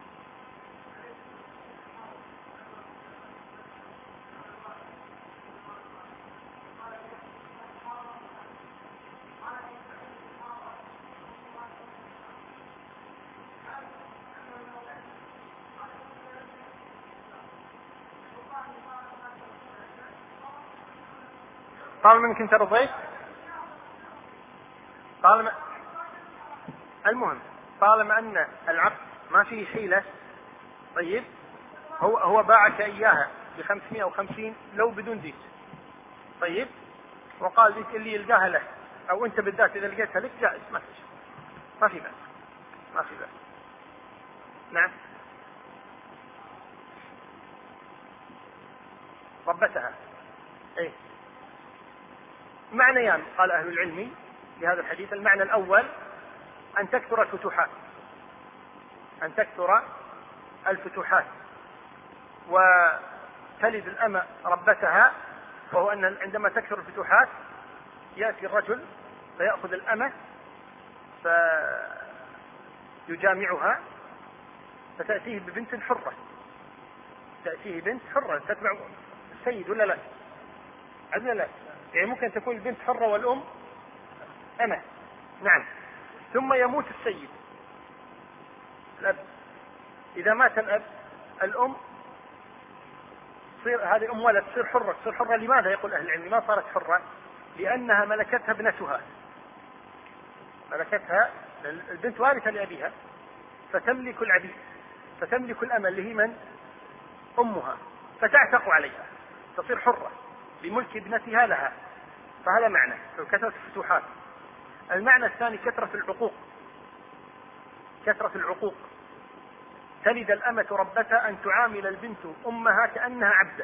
طالما انك انت رضيت، طالما ان العقد ما فيه حيلة، طيب هو باعك اياها ب550 لو بدون ديس، طيب وقال ديك اللي يلقاها له او انت بالذات اذا لقيتها لك جائز، ما في بأس. نعم. ربتها ايه معنيان قال أهل العلم في هذا الحديث. المعنى الأول أن تكثر الفتوحات وتلد الأمة ربتها، وهو أن عندما تكثر الفتوحات يأتي الرجل فيأخذ الأمة فيجامعها فتأتيه ببنت حرة، تتبع السيد ولا لا؟ عندنا لا، يعني ممكن تكون البنت حرة والأم أمة. نعم. ثم يموت السيد الأب، إذا مات الأب الأم تصير هذه الأم ولد تصير حرة. لماذا يقول أهل العلم ما صارت حرة؟ لأنها ملكتها ابنتها، البنت وارثة لأبيها، فتملك العبيد، فتملك الأمة اللي هي من؟ أمها، فتعتق عليها تصير حرة بملك ابنتها لها. فهذا معنى كثرة الفتوحات. المعنى الثاني كثرة العقوق. تلد الأمة ربتها أن تعامل البنت أمها كأنها عبدة،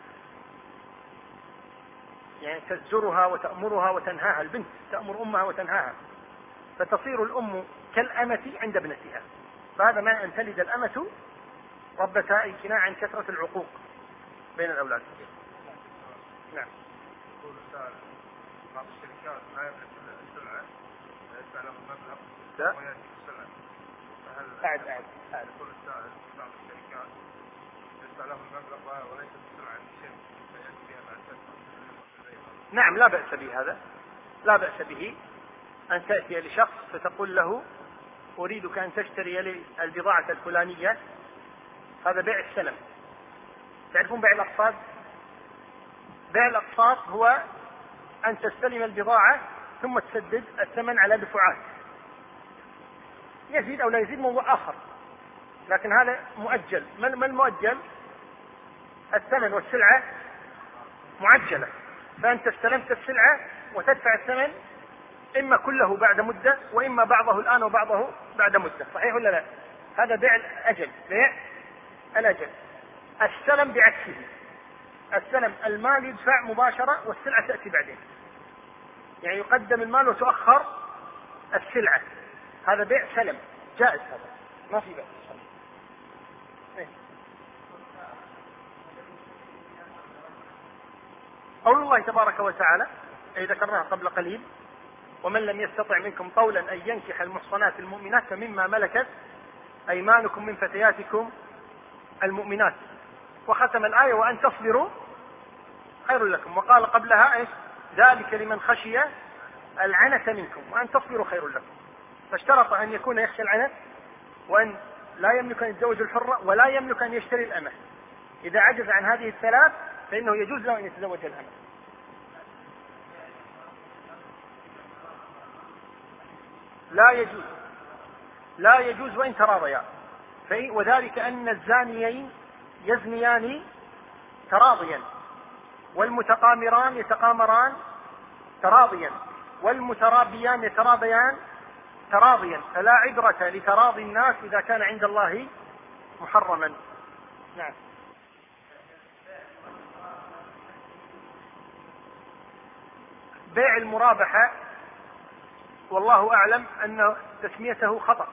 يعني تزجرها وتأمرها وتنهاها، البنت تأمر أمها وتنهاها، فتصير الأم كالأمة عند ابنتها. فهذا معنى أن تلد الأمة ربتها، أي كناية عن كثرة العقوق بين الأولاد. نعم. بعض الشركات ما يملك السلعة يدفع لهم مبلغ ويأتي بالسلعة، فهل يقول السائل بعض الشركات يدفع لهم مبلغ وليس بالسلعة شيء فيأتي بها مع السلعة؟ نعم، لا بأس بهذا، لا بأس به أن تأتي لشخص فتقول له أريدك أن تشتري لي البضاعة الفلانية، هذا بيع السلم. تعرفون بيع الأقساط؟ بيع الأقساط هو أن تستلم البضاعة ثم تسدد الثمن على دفعات، يزيد أو لا يزيد موضوع آخر، لكن هذا مؤجل. ما المؤجل؟ الثمن والسلعة معجلة، فأنت استلمت السلعة وتدفع الثمن إما كله بعد مدة وإما بعضه الآن وبعضه بعد مدة. صحيح ولا لا؟ هذا بيع الأجل، بيع الأجل. السلم بعكسه، السلم المال يدفع مباشرة والسلعة تأتي بعدين، يعني يقدم المال وتؤخر السلعة. هذا بيع سلم جائز، هذا ما في بأس. قول الله تبارك وتعالى أي ذكرناها قبل قليل: ومن لم يستطع منكم طولا أن ينكح المحصنات المؤمنات فمما ملكت أيمانكم من فتياتكم المؤمنات. وختم الآية: وأن تصبروا خير لكم. وقال قبلها إيش؟ ذلك لمن خشي العنة منكم وأن تصبروا خير لكم. فاشترط أن يكون يخشى العنة، وأن لا يملك أن يتزوج الحرة، ولا يملك أن يشتري الأمة. إذا عجز عن هذه الثلاث فإنه يجوز له أن يتزوج الأمة. لا يجوز وإن تراضيا، وذلك أن الزانيين يزنيان تراضيا، والمتقامران يتقامران تراضيا، والمترابيان يتراضيان تراضيا، فلا عبرة لتراضي الناس إذا كان عند الله محرما. نعم. بيع المرابحة والله أعلم أن تسميته خطأ.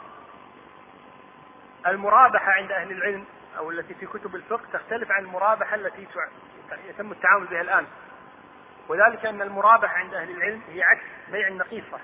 المرابحة عند أهل العلم أو التي في كتب الفقه تختلف عن المرابحة التي يتم التعامل بها الآن، وذلك أن المرابحة عند أهل العلم هي عكس بيع النقيصة،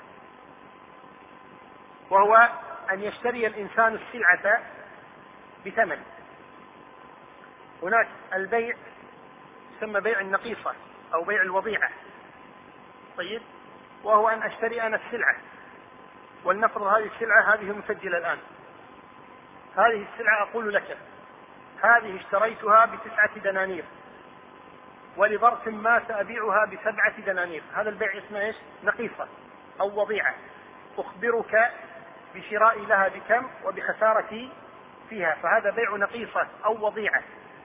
وهو أن يشتري الإنسان السلعة بثمن. هناك البيع يسمى بيع النقيصة أو بيع الوضيعة، طيب، وهو أن أشتري أنا السلعة، ولنفرض هذه السلعة هذه مسجلة الآن، هذه السلعة أقول لك هذه اشتريتها ب9 دنانير، ولظرف ما سأبيعها ب7 دنانير. هذا البيع اسمه إيش؟ نقيصة أو وضيعة. أخبرك بشرائي لها بكم وبخسارتي فيها، فهذا بيع نقيصة أو وضيعة.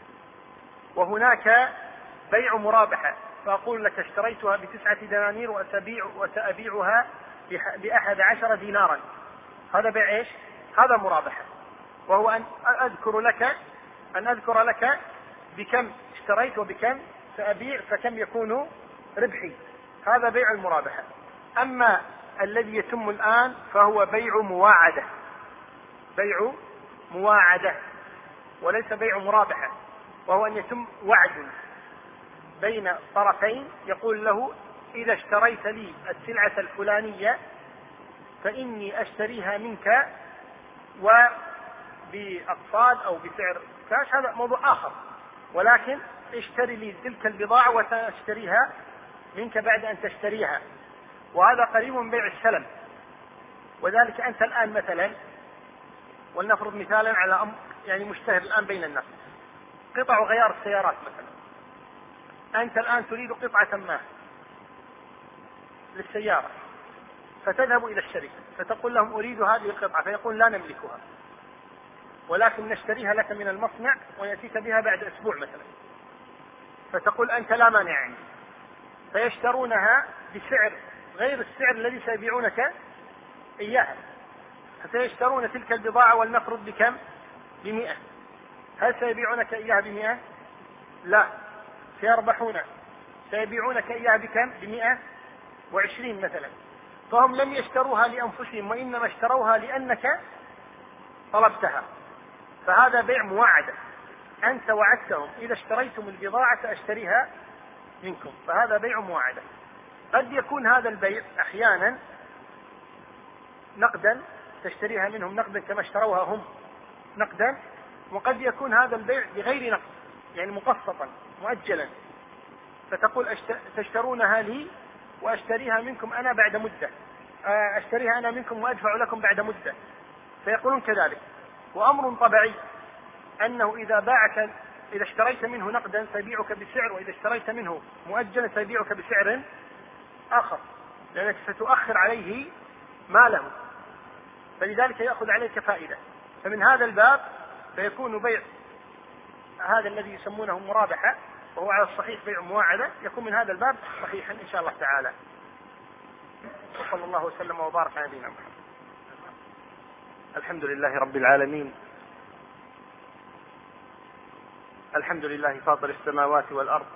وهناك بيع مرابحة، فأقول لك اشتريتها ب9 دنانير وسأبيعها ب11 دينارا. هذا بيع إيش؟ هذا مرابحة، وهو أن أذكر لك بكم اشتريت وبكم سأبيع فكم يكون ربحي. هذا بيع المرابحة. أما الذي يتم الآن فهو بيع مواعدة وليس بيع مرابحة، وهو أن يتم وعد بين طرفين، يقول له إذا اشتريت لي السلعة الفلانية فإني أشتريها منك وبأقساط أو بسعر كاش، هذا موضوع آخر، ولكن اشتري لي تلك البضاعة وسأشتريها منك بعد أن تشتريها. وهذا قريب من بيع السلم. وذلك أنت الآن مثلا، ولنفرض مثالا على أمر يعني مشتهر الآن بين الناس، قطع وغيار السيارات مثلا. أنت الآن تريد قطعة ما للسيارة، فتذهب إلى الشركة فتقول لهم أريد هذه القطعة، فيقول لا نملكها ولكن نشتريها لك من المصنع ويأتيك بها بعد أسبوع مثلا، فتقول أنت لا مانع عندي، فيشترونها بسعر غير السعر الذي سيبيعونك إياها، فسيشترون تلك البضاعة ولنفرض بكم؟ ب100. هل سيبيعونك إياها ب100؟ لا، سيربحون، سيبيعونك إياها بكم؟ ب120 مثلا. فهم لم يشتروها لأنفسهم وإنما اشتروها لأنك طلبتها، فهذا بيع مواعدة. أنت وعدتهم إذا اشتريتم البضاعة سأشتريها منكم، فهذا بيع مواعدة. قد يكون هذا البيع أحيانا نقدا، تشتريها منهم نقدا كما اشتروها هم نقدا، وقد يكون هذا البيع بغير نقد، يعني مقسطا مؤجلا، فتقول تشترونها لي وأشتريها منكم أنا بعد مدة، أشتريها أنا منكم وأدفع لكم بعد مدة، فيقولون كذلك. وأمر طبيعي أنه إذا اشتريت منه نقدا سيبيعك بسعر، وإذا اشتريت منه مؤجلا سيبيعك بسعر آخر، لأنك ستؤخر عليه ماله، فلذلك يأخذ عليك فائدة. فمن هذا الباب فيكون بيع هذا الذي يسمونه مرابحة، وهو على الصحيح بيع مواعدة، يكون من هذا الباب صحيحا إن شاء الله تعالى. وصلى الله وسلم وبارك على نبينا محمد. الحمد لله رب العالمين، الحمد لله فاطر السماوات والأرض،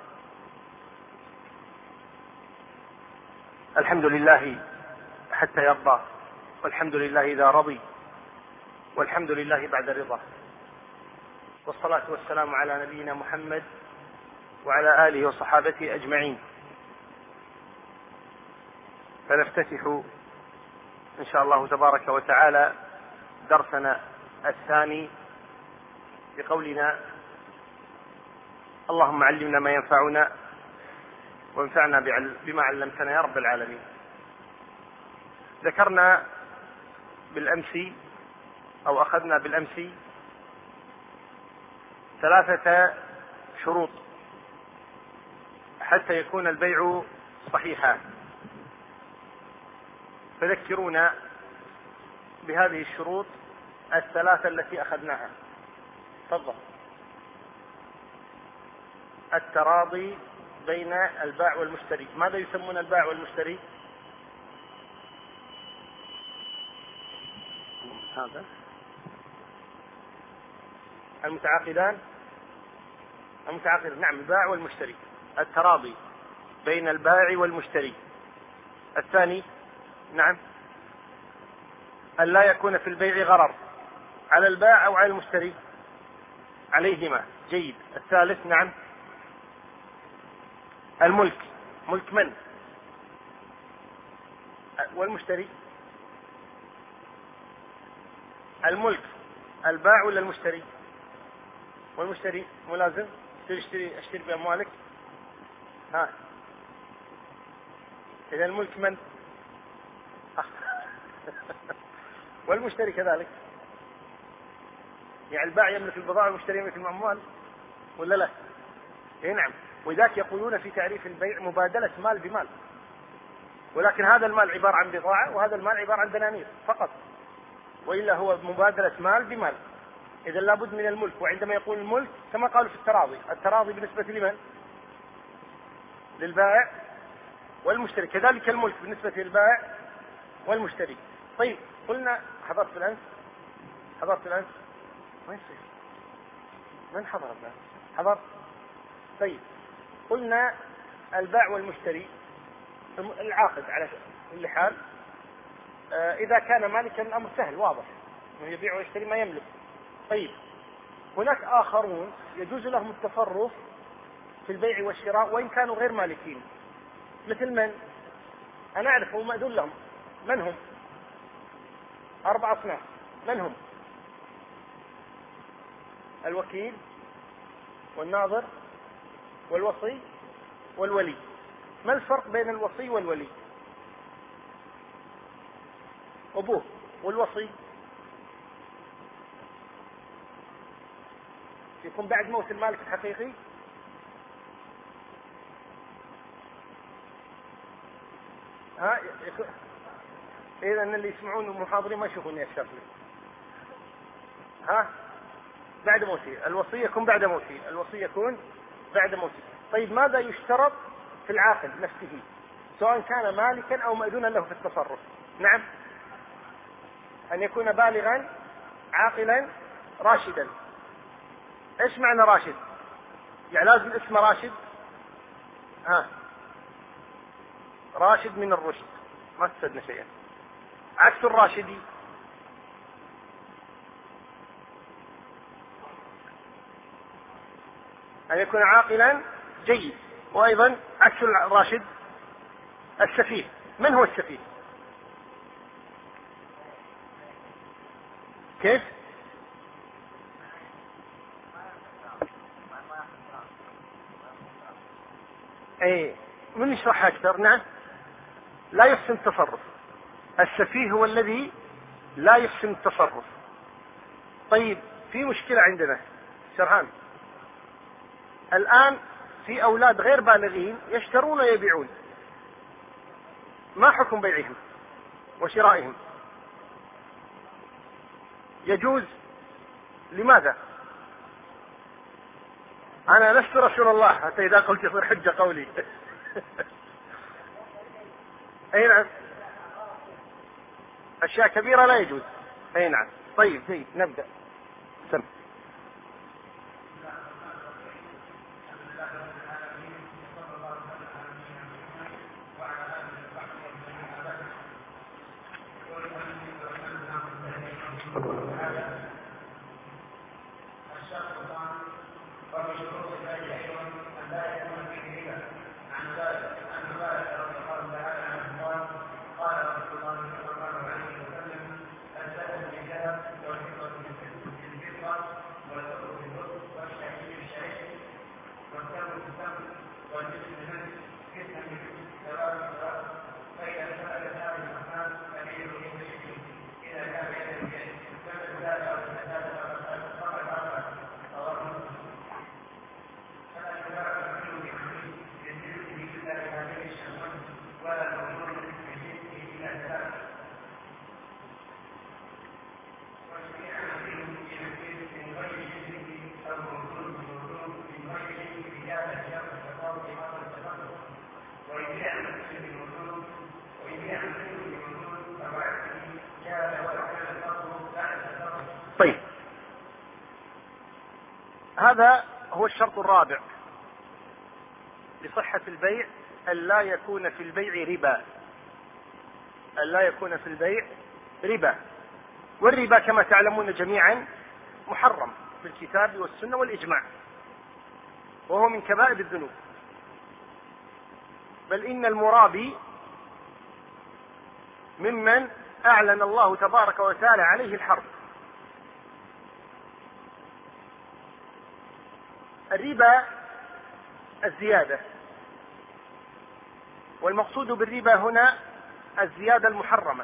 الحمد لله حتى يرضى، والحمد لله إذا رضي، والحمد لله بعد رضا، والصلاة والسلام على نبينا محمد وعلى آله وصحابته أجمعين. فنفتتح إن شاء الله تبارك وتعالى درسنا الثاني بقولنا: اللهم علمنا ما ينفعنا وانفعنا بما علمتنا يا رب العالمين. ذكرنا بالأمس أو أخذنا بالأمس 3 شروط حتى يكون البيع صحيحا، فذكرونا بهذه الشروط 3 التي أخذناها. تفضل. التراضي بين البائع والمشتري. ماذا يسمون البائع والمشتري؟ هذا المتعاقدان. نعم، البائع والمشتري. التراضي بين البائع والمشتري. الثاني نعم أن لا يكون في البيع غرر على البائع أو على المشتري، عليهما. جيد. الثالث نعم الملك. ملك من؟ والمشتري. الملك البائع ولا المشتري؟ والمشتري ملازم اشتري بأموالك. إذا الملك من؟ والمشتري كذلك. يعني البائع يملك البضاعة والمشتري يملك الأموال ولا لا؟ إيه نعم. وذاك يقولون في تعريف البيع مبادلة مال بمال، ولكن هذا المال عبارة عن بضاعة وهذا المال عبارة عن دنانير فقط، وإلا هو مبادلة مال بمال. إذا لابد من الملك. وعندما يقول الملك كما قالوا في التراضي بالنسبة لمن؟ للبائع والمشتري. كذلك الملك بالنسبة للبائع والمشتري. طيب قلنا حضرت الأمس وين صير؟ من حضر الآن؟ حضر. طيب قلنا البائع والمشتري العاقد على كل حال إذا كان مالكا الأمر سهل واضح، يبيع ويشتري ما يملك. طيب هناك آخرون يجوز لهم التصرف في البيع والشراء وإن كانوا غير مالكين. مثل من؟ أنا أعرف ومأذون لهم. من هم؟ 4 أصناف. من هم؟ الوكيل والناظر والوصي والولي. ما الفرق بين الوصي والولي؟ أبوه. والوصي يكون بعد موت المالك الحقيقي. إذا اللي يسمعون المحاضرين ما يشوفوني الشكل. بعد موته. الوصي يكون بعد موته. طيب ماذا يشترط في العاقد نفسه سواء كان مالكا أو مأذونا له في التصرف؟ نعم أن يكون بالغا عاقلا راشدا. إيش معنى راشد؟ يعني لازم اسمه راشد. راشد من الرشد، ما تفسدنا شيئا. عكس الراشدي أن يكون عاقلا جيد، وأيضا عكس الراشد السفيه. من هو السفيه؟ كيف؟ من يشرحها أكثر؟ نعم لا يحسن التصرف. السفيه هو الذي لا يحسن التصرف. طيب في مشكلة عندنا شرحان. الآن في أولاد غير بالغين يشترون ويبيعون، ما حكم بيعهم وشرائهم؟ يجوز. لماذا؟ أنا لست رسول الله حتى إذا قلت يصير حجة قولي. أي نعم. أشياء كبيرة لا يجوز. أي نعم. طيب زين نبدأ. سم. طيب هذا هو الشرط الرابع لصحة البيع، ألا يكون في البيع ربا. ألا يكون في البيع ربا. والربا كما تعلمون جميعا محرم في الكتاب والسنة والإجماع، وهو من كبائر الذنوب، بل إن المرابي ممن أعلن الله تبارك وتعالى عليه الحرب. الربا الزيادة، والمقصود بالربا هنا الزيادة المحرمة،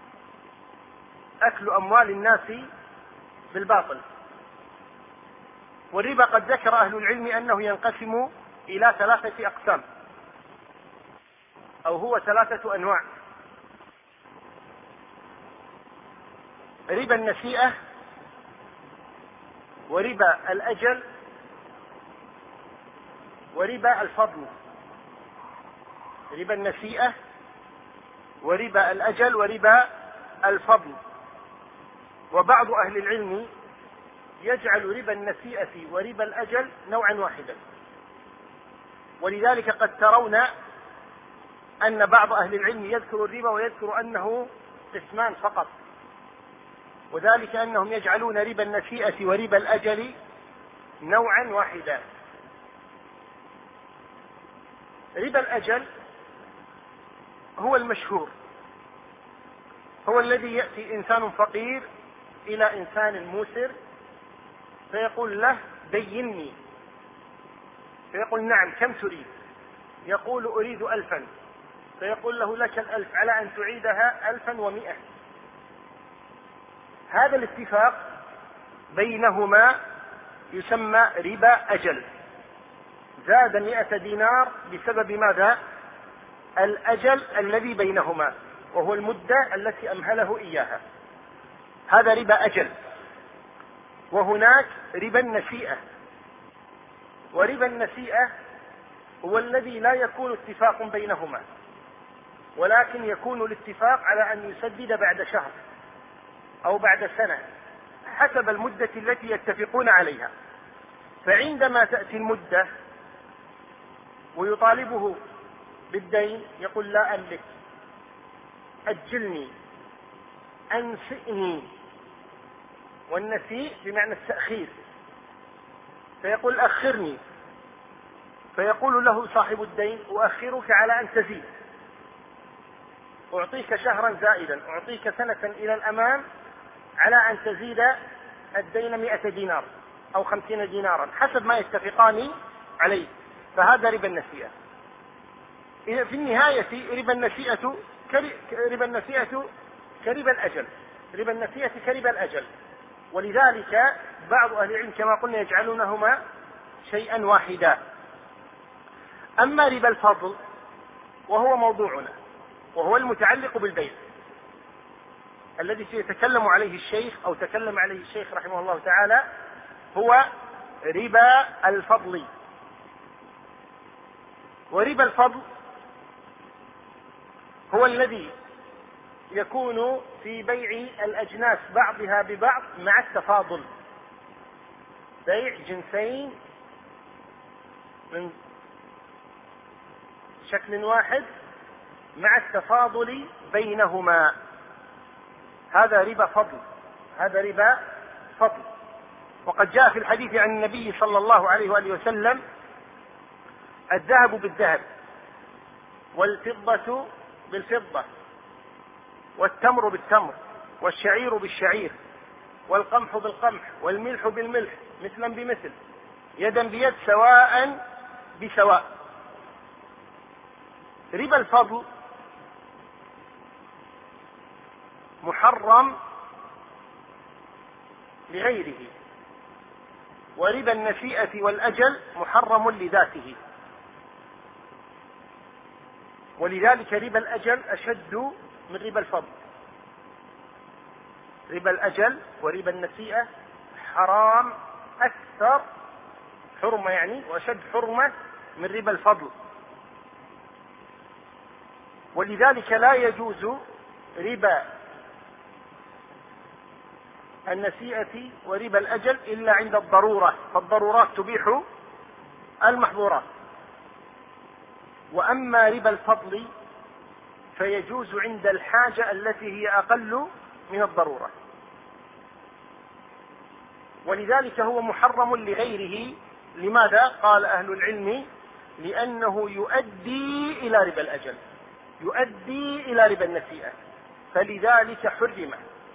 أكل أموال الناس بالباطل. والربا قد ذكر أهل العلم أنه ينقسم إلى 3 أقسام، أو هو 3 أنواع: ربا النسيئة، وربا الأجل، وربا الفضل. ربا النسيئة وربا الأجل وربا الفضل. وبعض أهل العلم يجعل ربا النسيئة وربا الأجل نوعا واحدا، ولذلك قد ترون أن بعض أهل العلم يذكر الربا ويذكر أنه قسمان فقط، وذلك أنهم يجعلون ربا النسيئة وربا الأجل نوعا واحدا. ربا الأجل هو المشهور، هو الذي يأتي إنسان فقير إلى إنسان موسر فيقول له ديني، فيقول نعم كم تريد؟ يقول أريد 1000، فيقول له لك 1000 على أن تعيدها 1100. هذا الاتفاق بينهما يسمى ربا أجل، زاد 100 دينار بسبب ماذا؟ الأجل الذي بينهما، وهو المدة التي أمهله إياها. هذا ربا أجل. وهناك ربا النسيئة، وربا النسيئة هو الذي لا يكون اتفاق بينهما، ولكن يكون الاتفاق على أن يسدد بعد شهر أو بعد سنة حسب المدة التي يتفقون عليها. فعندما تأتي المدة ويطالبه بالدين يقول لا أملك، أجلني، أنسئني. والنسيء بمعنى التأخير، فيقول أخرني، فيقول له صاحب الدين أؤخرك على أن تزيد، أعطيك شهرا زائدا، أعطيك سنة إلى الأمام على أن تزيد الدين 100 دينار أو 50 دينارا حسب ما يتفقان عليه. فهذا ربا النسيئة. في النهاية ربا النسيئة كربا الأجل، ربا النسيئة كربا الأجل. ولذلك بعض أهل العلم كما قلنا يجعلونهما شيئا واحدا. أما ربا الفضل وهو موضوعنا، وهو المتعلق بالبيع الذي سيتكلم عليه الشيخ أو تكلم عليه الشيخ رحمه الله تعالى، هو ربا الفضل. وربا الفضل هو الذي يكون في بيع الأجناس بعضها ببعض مع التفاضل، بيع جنسين من شكل واحد مع التفاضل بينهما، هذا ربا فضل، هذا ربا فضل. وقد جاء في الحديث عن النبي صلى الله عليه وآله وسلم: الذهب بالذهب، والفضة بالفضة، والتمر بالتمر، والشعير بالشعير، والقمح بالقمح، والملح بالملح، مثلا بمثل، يدا بيد، سواء بسواء. ربا الفضل محرم لغيره، وربا النسيئة والأجل محرم لذاته، ولذلك ربا الأجل أشد من ربا الفضل. ربا الأجل وربا النسيئة حرام أكثر حرمة يعني، وأشد حرمة من ربا الفضل. ولذلك لا يجوز ربا النسيئة وربا الأجل إلا عند الضرورة، فالضرورات تبيح المحظورات. وأما ربا الفضل فيجوز عند الحاجة التي هي أقل من الضرورة، ولذلك هو محرم لغيره. لماذا؟ قال أهل العلم: لأنه يؤدي إلى ربا الأجل، يؤدي إلى ربا النسيئة، فلذلك حرم.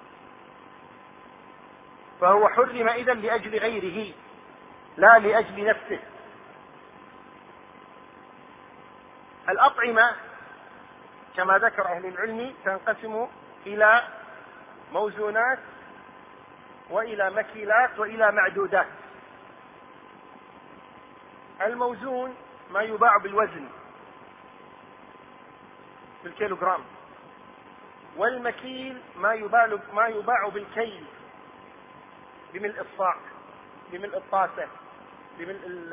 فهو حرم إذن لأجل غيره لا لأجل نفسه. الأطعمة كما ذكر أهل العلم تنقسم إلى موزونات، وإلى مكيلات، وإلى معدودات. الموزون ما يباع بالوزن بالكيلوغرام، والمكيل ما يباع بالكيل، بملء الصاع، بملء الطاسة، بملء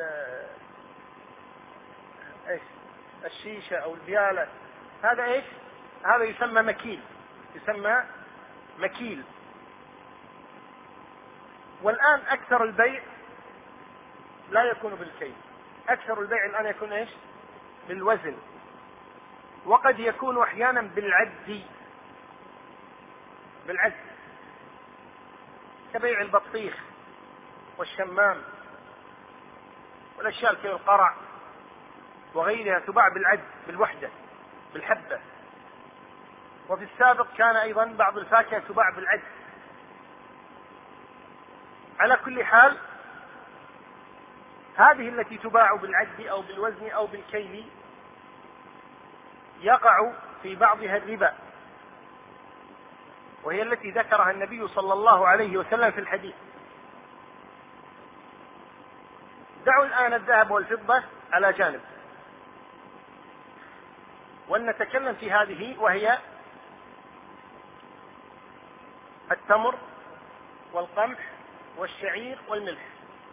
الشيشة أو البيالة. هذا إيش؟ هذا يسمى مكيل، يسمى مكيل. والآن أكثر البيع لا يكون بالكيل، أكثر البيع الآن يكون إيش؟ بالوزن، وقد يكون أحيانا بالعد، بالعد، كبيع البطيخ والشمام والأشياء كالقرع وغيرها تباع بالعد، بالوحدة، بالحبة. وفي السابق كان أيضا بعض الفاكهة تباع بالعد. على كل حال هذه التي تباع بالعد أو بالوزن أو بالكيل يقع في بعضها الربا، وهي التي ذكرها النبي صلى الله عليه وسلم في الحديث. دعوا الآن الذهب والفضة على جانب، ولنتكلم في هذه، وهي التمر والقمح والشعير والملح.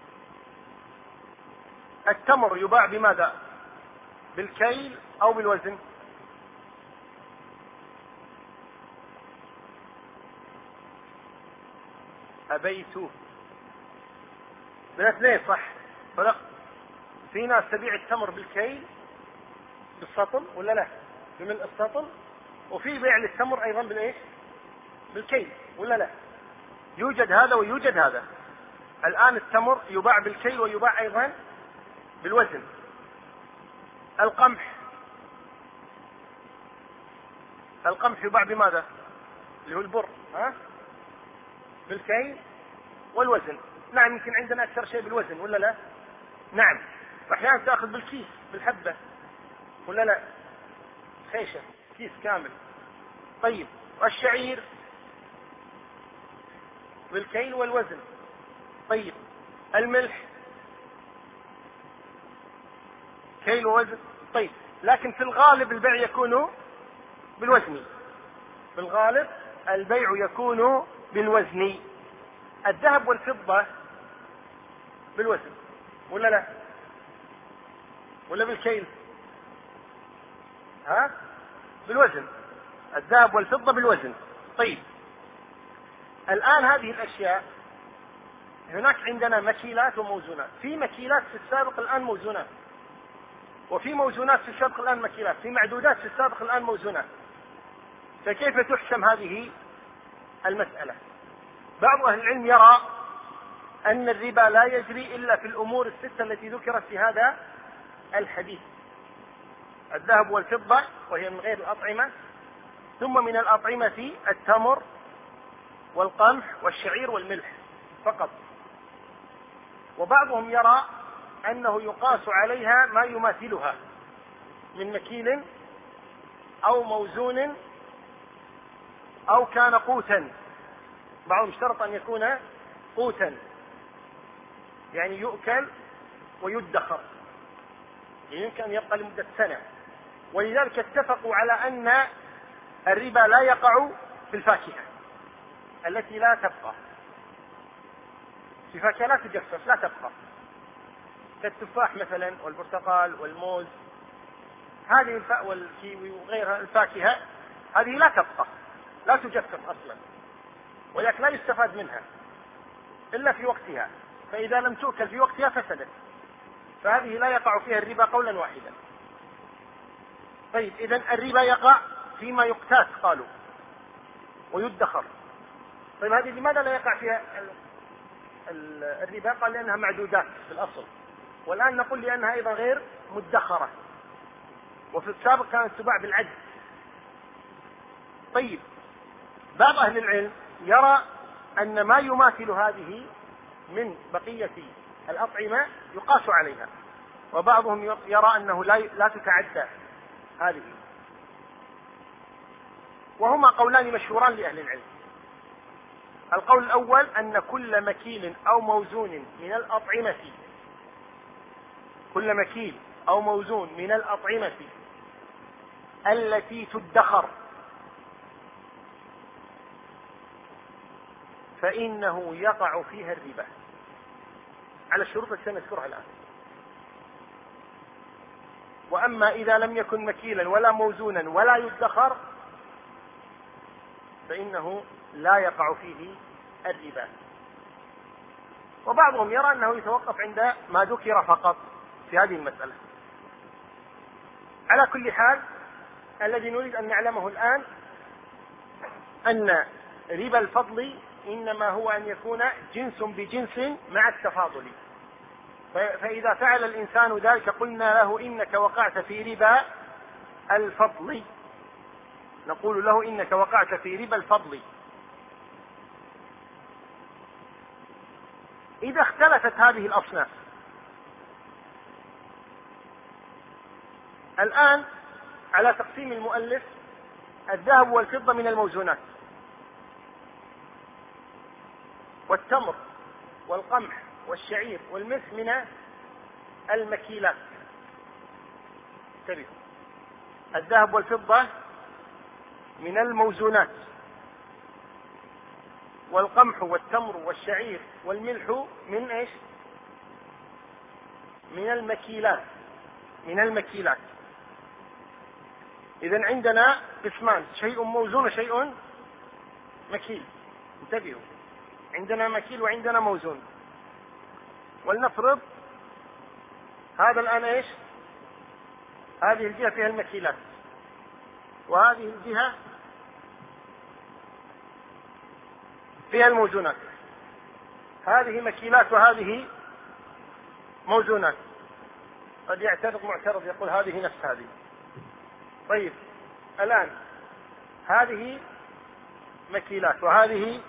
التمر يباع بماذا؟ بالكيل أو بالوزن؟ أبيت بالاثنين، صح؟ فرق. في ناس تبيع التمر بالكيل بالسطل ولا لا؟ بملء السطل. وفي بيع للتمر أيضا بالإيش؟ بالكيل ولا لا؟ يوجد هذا ويوجد هذا. الآن التمر يباع بالكيل ويباع أيضا بالوزن. القمح يباع بماذا؟ اللي هو البر، بالكيل والوزن. نعم، يمكن عندنا أكثر شيء بالوزن ولا لا؟ نعم. وأحيانا تأخذ بالكيس، بالحبة ولا لا؟ خيشة، كيس كامل. طيب، والشعير بالكيل والوزن. طيب، الملح كيل ووزن. طيب، لكن في الغالب البيع يكون بالوزن، في الغالب البيع يكون بالوزن. الذهب والفضة بالوزن ولا لا؟ ولا بالكيل؟ بالوزن. الذهب والفضة بالوزن. طيب الآن هذه الأشياء هناك عندنا مكيلات وموزونات، في مكيلات في السابق الآن موزونات، وفي موزونات في السابق الآن مكيلات، في معدودات في السابق الآن موزونات، فكيف تحسم هذه المسألة؟ بعض أهل العلم يرى أن الربا لا يجري إلا في الأمور الستة التي ذكرت في هذا الحديث: الذهب والفضة وهي من غير الأطعمة، ثم من الأطعمة التمر والقمح والشعير والملح فقط. وبعضهم يرى أنه يقاس عليها ما يماثلها من مكيل أو موزون أو كان قوتا. بعضهم اشترط أن يكون قوتا، يعني يؤكل ويدخر، يعني يمكن أن يبقى لمدة سنة. ولذلك اتفقوا على أن الربا لا يقع في الفاكهة التي لا تبقى، في فاكهة لا تجفف لا تبقى، كالتفاح مثلا والبرتقال والموز، هذه والكيوي وغيرها الفاكهة هذه لا تبقى لا تجفف أصلا، ولكن لا يستفاد منها إلا في وقتها، فإذا لم تؤكل في وقتها فسدت، فهذه لا يقع فيها الربا قولا واحدا. طيب إذن الربا يقع فيما يقتات قالوا ويدخر. طيب هذه لماذا لا يقع فيها الربا؟ قال لأنها معدودات في الأصل، والآن نقول لأنها أيضا غير مدخرة، وفي السابق كانت تباع بالعد. طيب بعض أهل العلم يرى أن ما يماثل هذه من بقية الأطعمة يقاس عليها، وبعضهم يرى أنه لا تتعدى هذه، وهما قولان مشهوران لأهل العلم. القول الأول أن كل مكيل أو موزون من الأطعمة، كل مكيل أو موزون من الأطعمة التي تدخر فإنه يقع فيها الربا على الشروط التي سنذكرها الآن. وأما إذا لم يكن مكيلا ولا موزونا ولا يدخر فإنه لا يقع فيه الربا. وبعضهم يرى أنه يتوقف عند ما ذكر فقط في هذه المسألة. على كل حال الذي نريد أن نعلمه الآن أن ربا الفضل إنما هو أن يكون جنس بجنس مع التفاضل، فإذا فعل الإنسان ذلك قلنا له إنك وقعت في ربا الفضل، نقول له إنك وقعت في ربا الفضل. إذا اختلفت هذه الأصناف الآن على تقسيم المؤلف: الذهب والفضة من الموزونات، والتمر والقمح والشعير والملح من المكيلات. انتبهوا، الذهب والفضة من الموزونات، والقمح والتمر والشعير والملح من ايش؟ من المكيلات، من المكيلات. إذن عندنا قسمان: شيء موزون وشيء مكيل. انتبهوا، عندنا مكيل وعندنا موزون. ولنفرض هذا الآن ايش؟ هذه الجهة فيها المكيلات، وهذه الجهة فيها الموزونات. هذه مكيلات وهذه موزونات. قد يعترض معترض يقول هذه نفس هذه. طيب الآن هذه مكيلات وهذه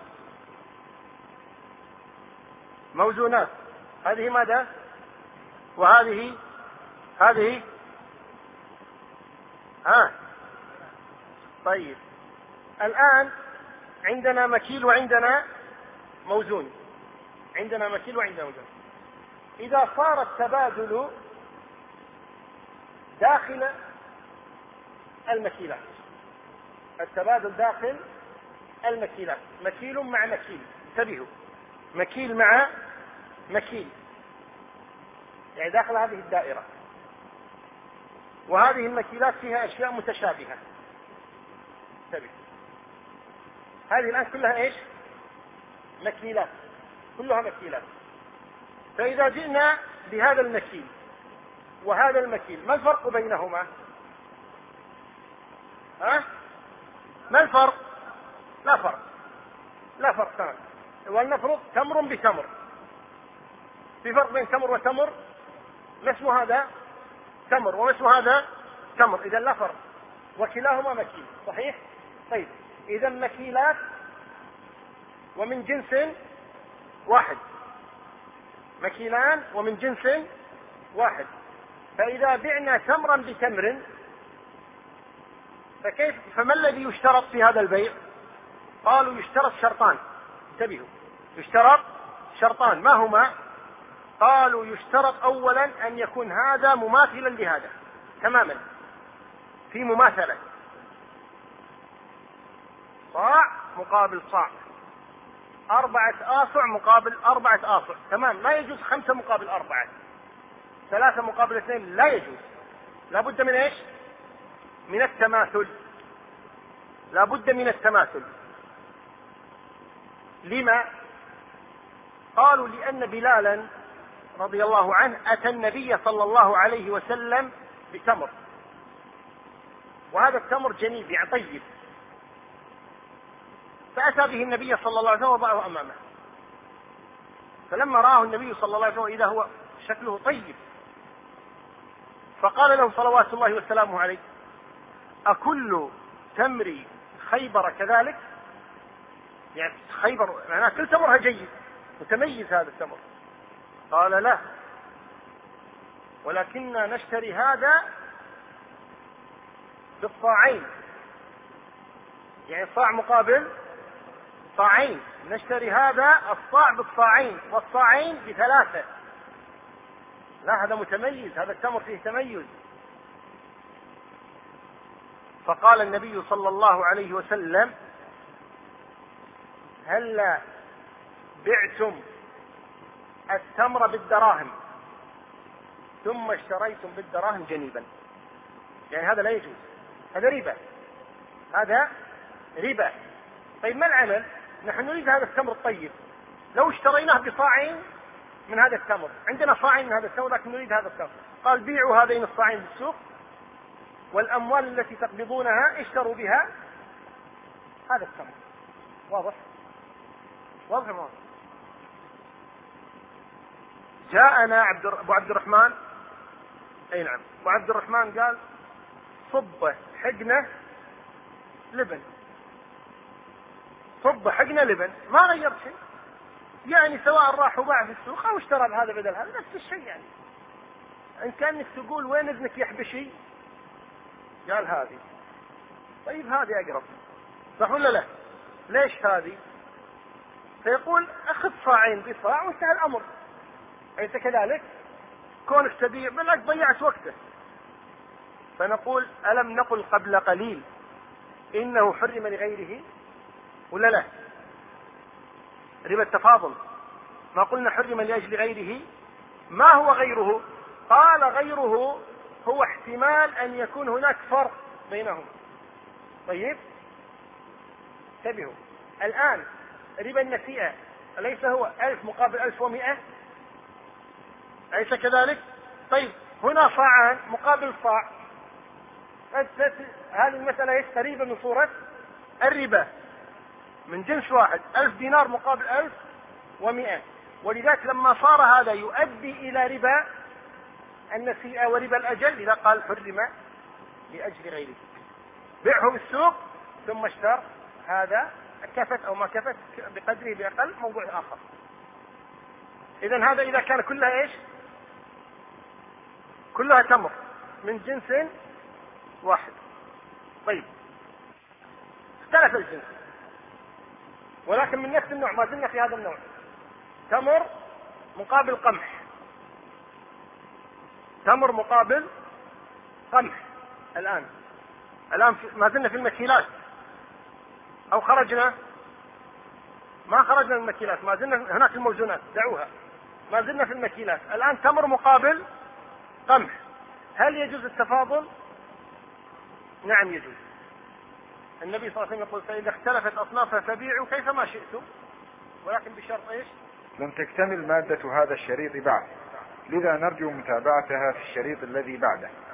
موزونات، هذه ماذا؟ وهذه طيب الآن عندنا مكيل وعندنا موزون، عندنا مكيل وعندنا موزون. إذا صار التبادل داخل المكيلات، التبادل داخل المكيلات، مكيل مع مكيل، انتبهوا، مكيل مع مكيل، يعني داخل هذه الدائرة، وهذه المكيلات فيها أشياء متشابهة، انتبه، هذه الآن كلها إيش؟ مكيلات، كلها مكيلات. فإذا جئنا بهذا المكيل وهذا المكيل، ما الفرق بينهما؟ ما الفرق؟ لا فرق، لا فرق تمام. ولنفرض تمر بتمر، في فرق بين تمر وتمر؟ ما اسم هذا تمر وما اسم هذا تمر، إذا لا فرق، وكلاهما مكيل، صحيح؟ طيب، إذا مكيلات ومن جنس واحد، مكيلان ومن جنس واحد. فإذا بعنا تمرا بتمر فما الذي يشترط في هذا البيع؟ قالوا يشترط شرطان، انتبهوا، يشترط شرطان، ما هما؟ قالوا يشترط أولا أن يكون هذا مماثلا لهذا تماما، في مماثلة، صاع مقابل صاع، 4 آصع مقابل 4 آصع، تمام. لا يجوز 5 مقابل 4، 3 مقابل 2، لا يجوز. لا بد من ايش؟ من التماثل، لا بد من التماثل. لما؟ قالوا لأن بلالا رضي الله عنه أتى النبي صلى الله عليه وسلم بتمر، وهذا التمر جنيب يعني طيب، فأتى به النبي صلى الله عليه وسلم وضعه أمامه، فلما رآه النبي صلى الله عليه وسلم إذا هو شكله طيب، فقال له صلوات الله وسلامه عليه: أكل تمر خيبر كذلك؟ يعني خيبر معناه كل تمرها جيد متميز هذا التمر. قال: لا، ولكننا نشتري هذا بالصاعين، يعني صاع مقابل صاعين، نشتري هذا الصاع بالصاعين والصاعين ب3. لا، هذا متميز، هذا التمر فيه تميز. فقال النبي صلى الله عليه وسلم: هلا بعتم التمر بالدراهم ثم اشتريتم بالدراهم جنيبا؟ يعني هذا لا يجوز، هذا ربا، هذا ربا. طيب ما العمل؟ نحن نريد هذا التمر الطيب، لو اشتريناه بصاعين من هذا التمر، عندنا صاعين من هذا التمر لكن نريد هذا التمر، قال: بيعوا هذين الصاعين بالسوق، والأموال التي تقبضونها اشتروا بها هذا التمر. واضح؟ واضح. جاءنا أبو عبد الرحمن، أي نعم، أبو عبد الرحمن قال: صب حقنة لبن، صب حقنة لبن، ما غير شيء، يعني سواء راح وباع في السوق أو اشترى بهذا بدل هذا نفس الشيء. يعني إن كانك تقول وين ابنك يحبشي، قال هذه، طيب هذه أقرب، صح ولا لا؟ ليش هذه؟ فيقول أخذ صاعين بصاع وانتهى الأمر. أنت كذلك كونك تبيع بالك ضيعت وقته. فنقول: ألم نقل قبل قليل إنه حرم لغيره ولا لا؟ ربا التفاضل، ما قلنا حرم لأجل غيره؟ ما هو غيره؟ قال: غيره هو احتمال أن يكون هناك فرق بينهم. طيب انتبهوا، الآن ربا النسيئة أليس هو 1000 مقابل 1100؟ أليس كذلك؟ طيب هنا صاعان مقابل صاع، هذه المسألة قريبة من صورة الربا، من جنس واحد، 1000 دينار مقابل 1100. ولذلك لما صار هذا يؤدي إلى ربا النسيئة وربا الأجل، إذا قال حرم لأجل غيره، بيعه بالسوق ثم اشتر هذا كفت أو ما كفت بقدره بأقل، موضوع آخر. إذن هذا إذا كان كلها إيش؟ كلها تمر من جنس واحد. طيب اختلف الجنس ولكن من نفس النوع، ما زلنا في هذا النوع، تمر مقابل قمح، تمر مقابل قمح. الآن ما زلنا في المكيلات أو خرجنا؟ ما خرجنا من المكيلات، ما زلنا هناك الموزونات، دعوها، ما زلنا في المكيلات. الآن تمر مقابل قمح، هل يجوز التفاضل؟ نعم يجوز، النبي صلى الله عليه وسلم يقول فإذا اختلفت أصنافها فبيعوا كيفما شئتم، ولكن بشرط إيش؟ لم تكتمل مادة هذا الشريط بعد، لذا نرجو متابعتها في الشريط الذي بعده.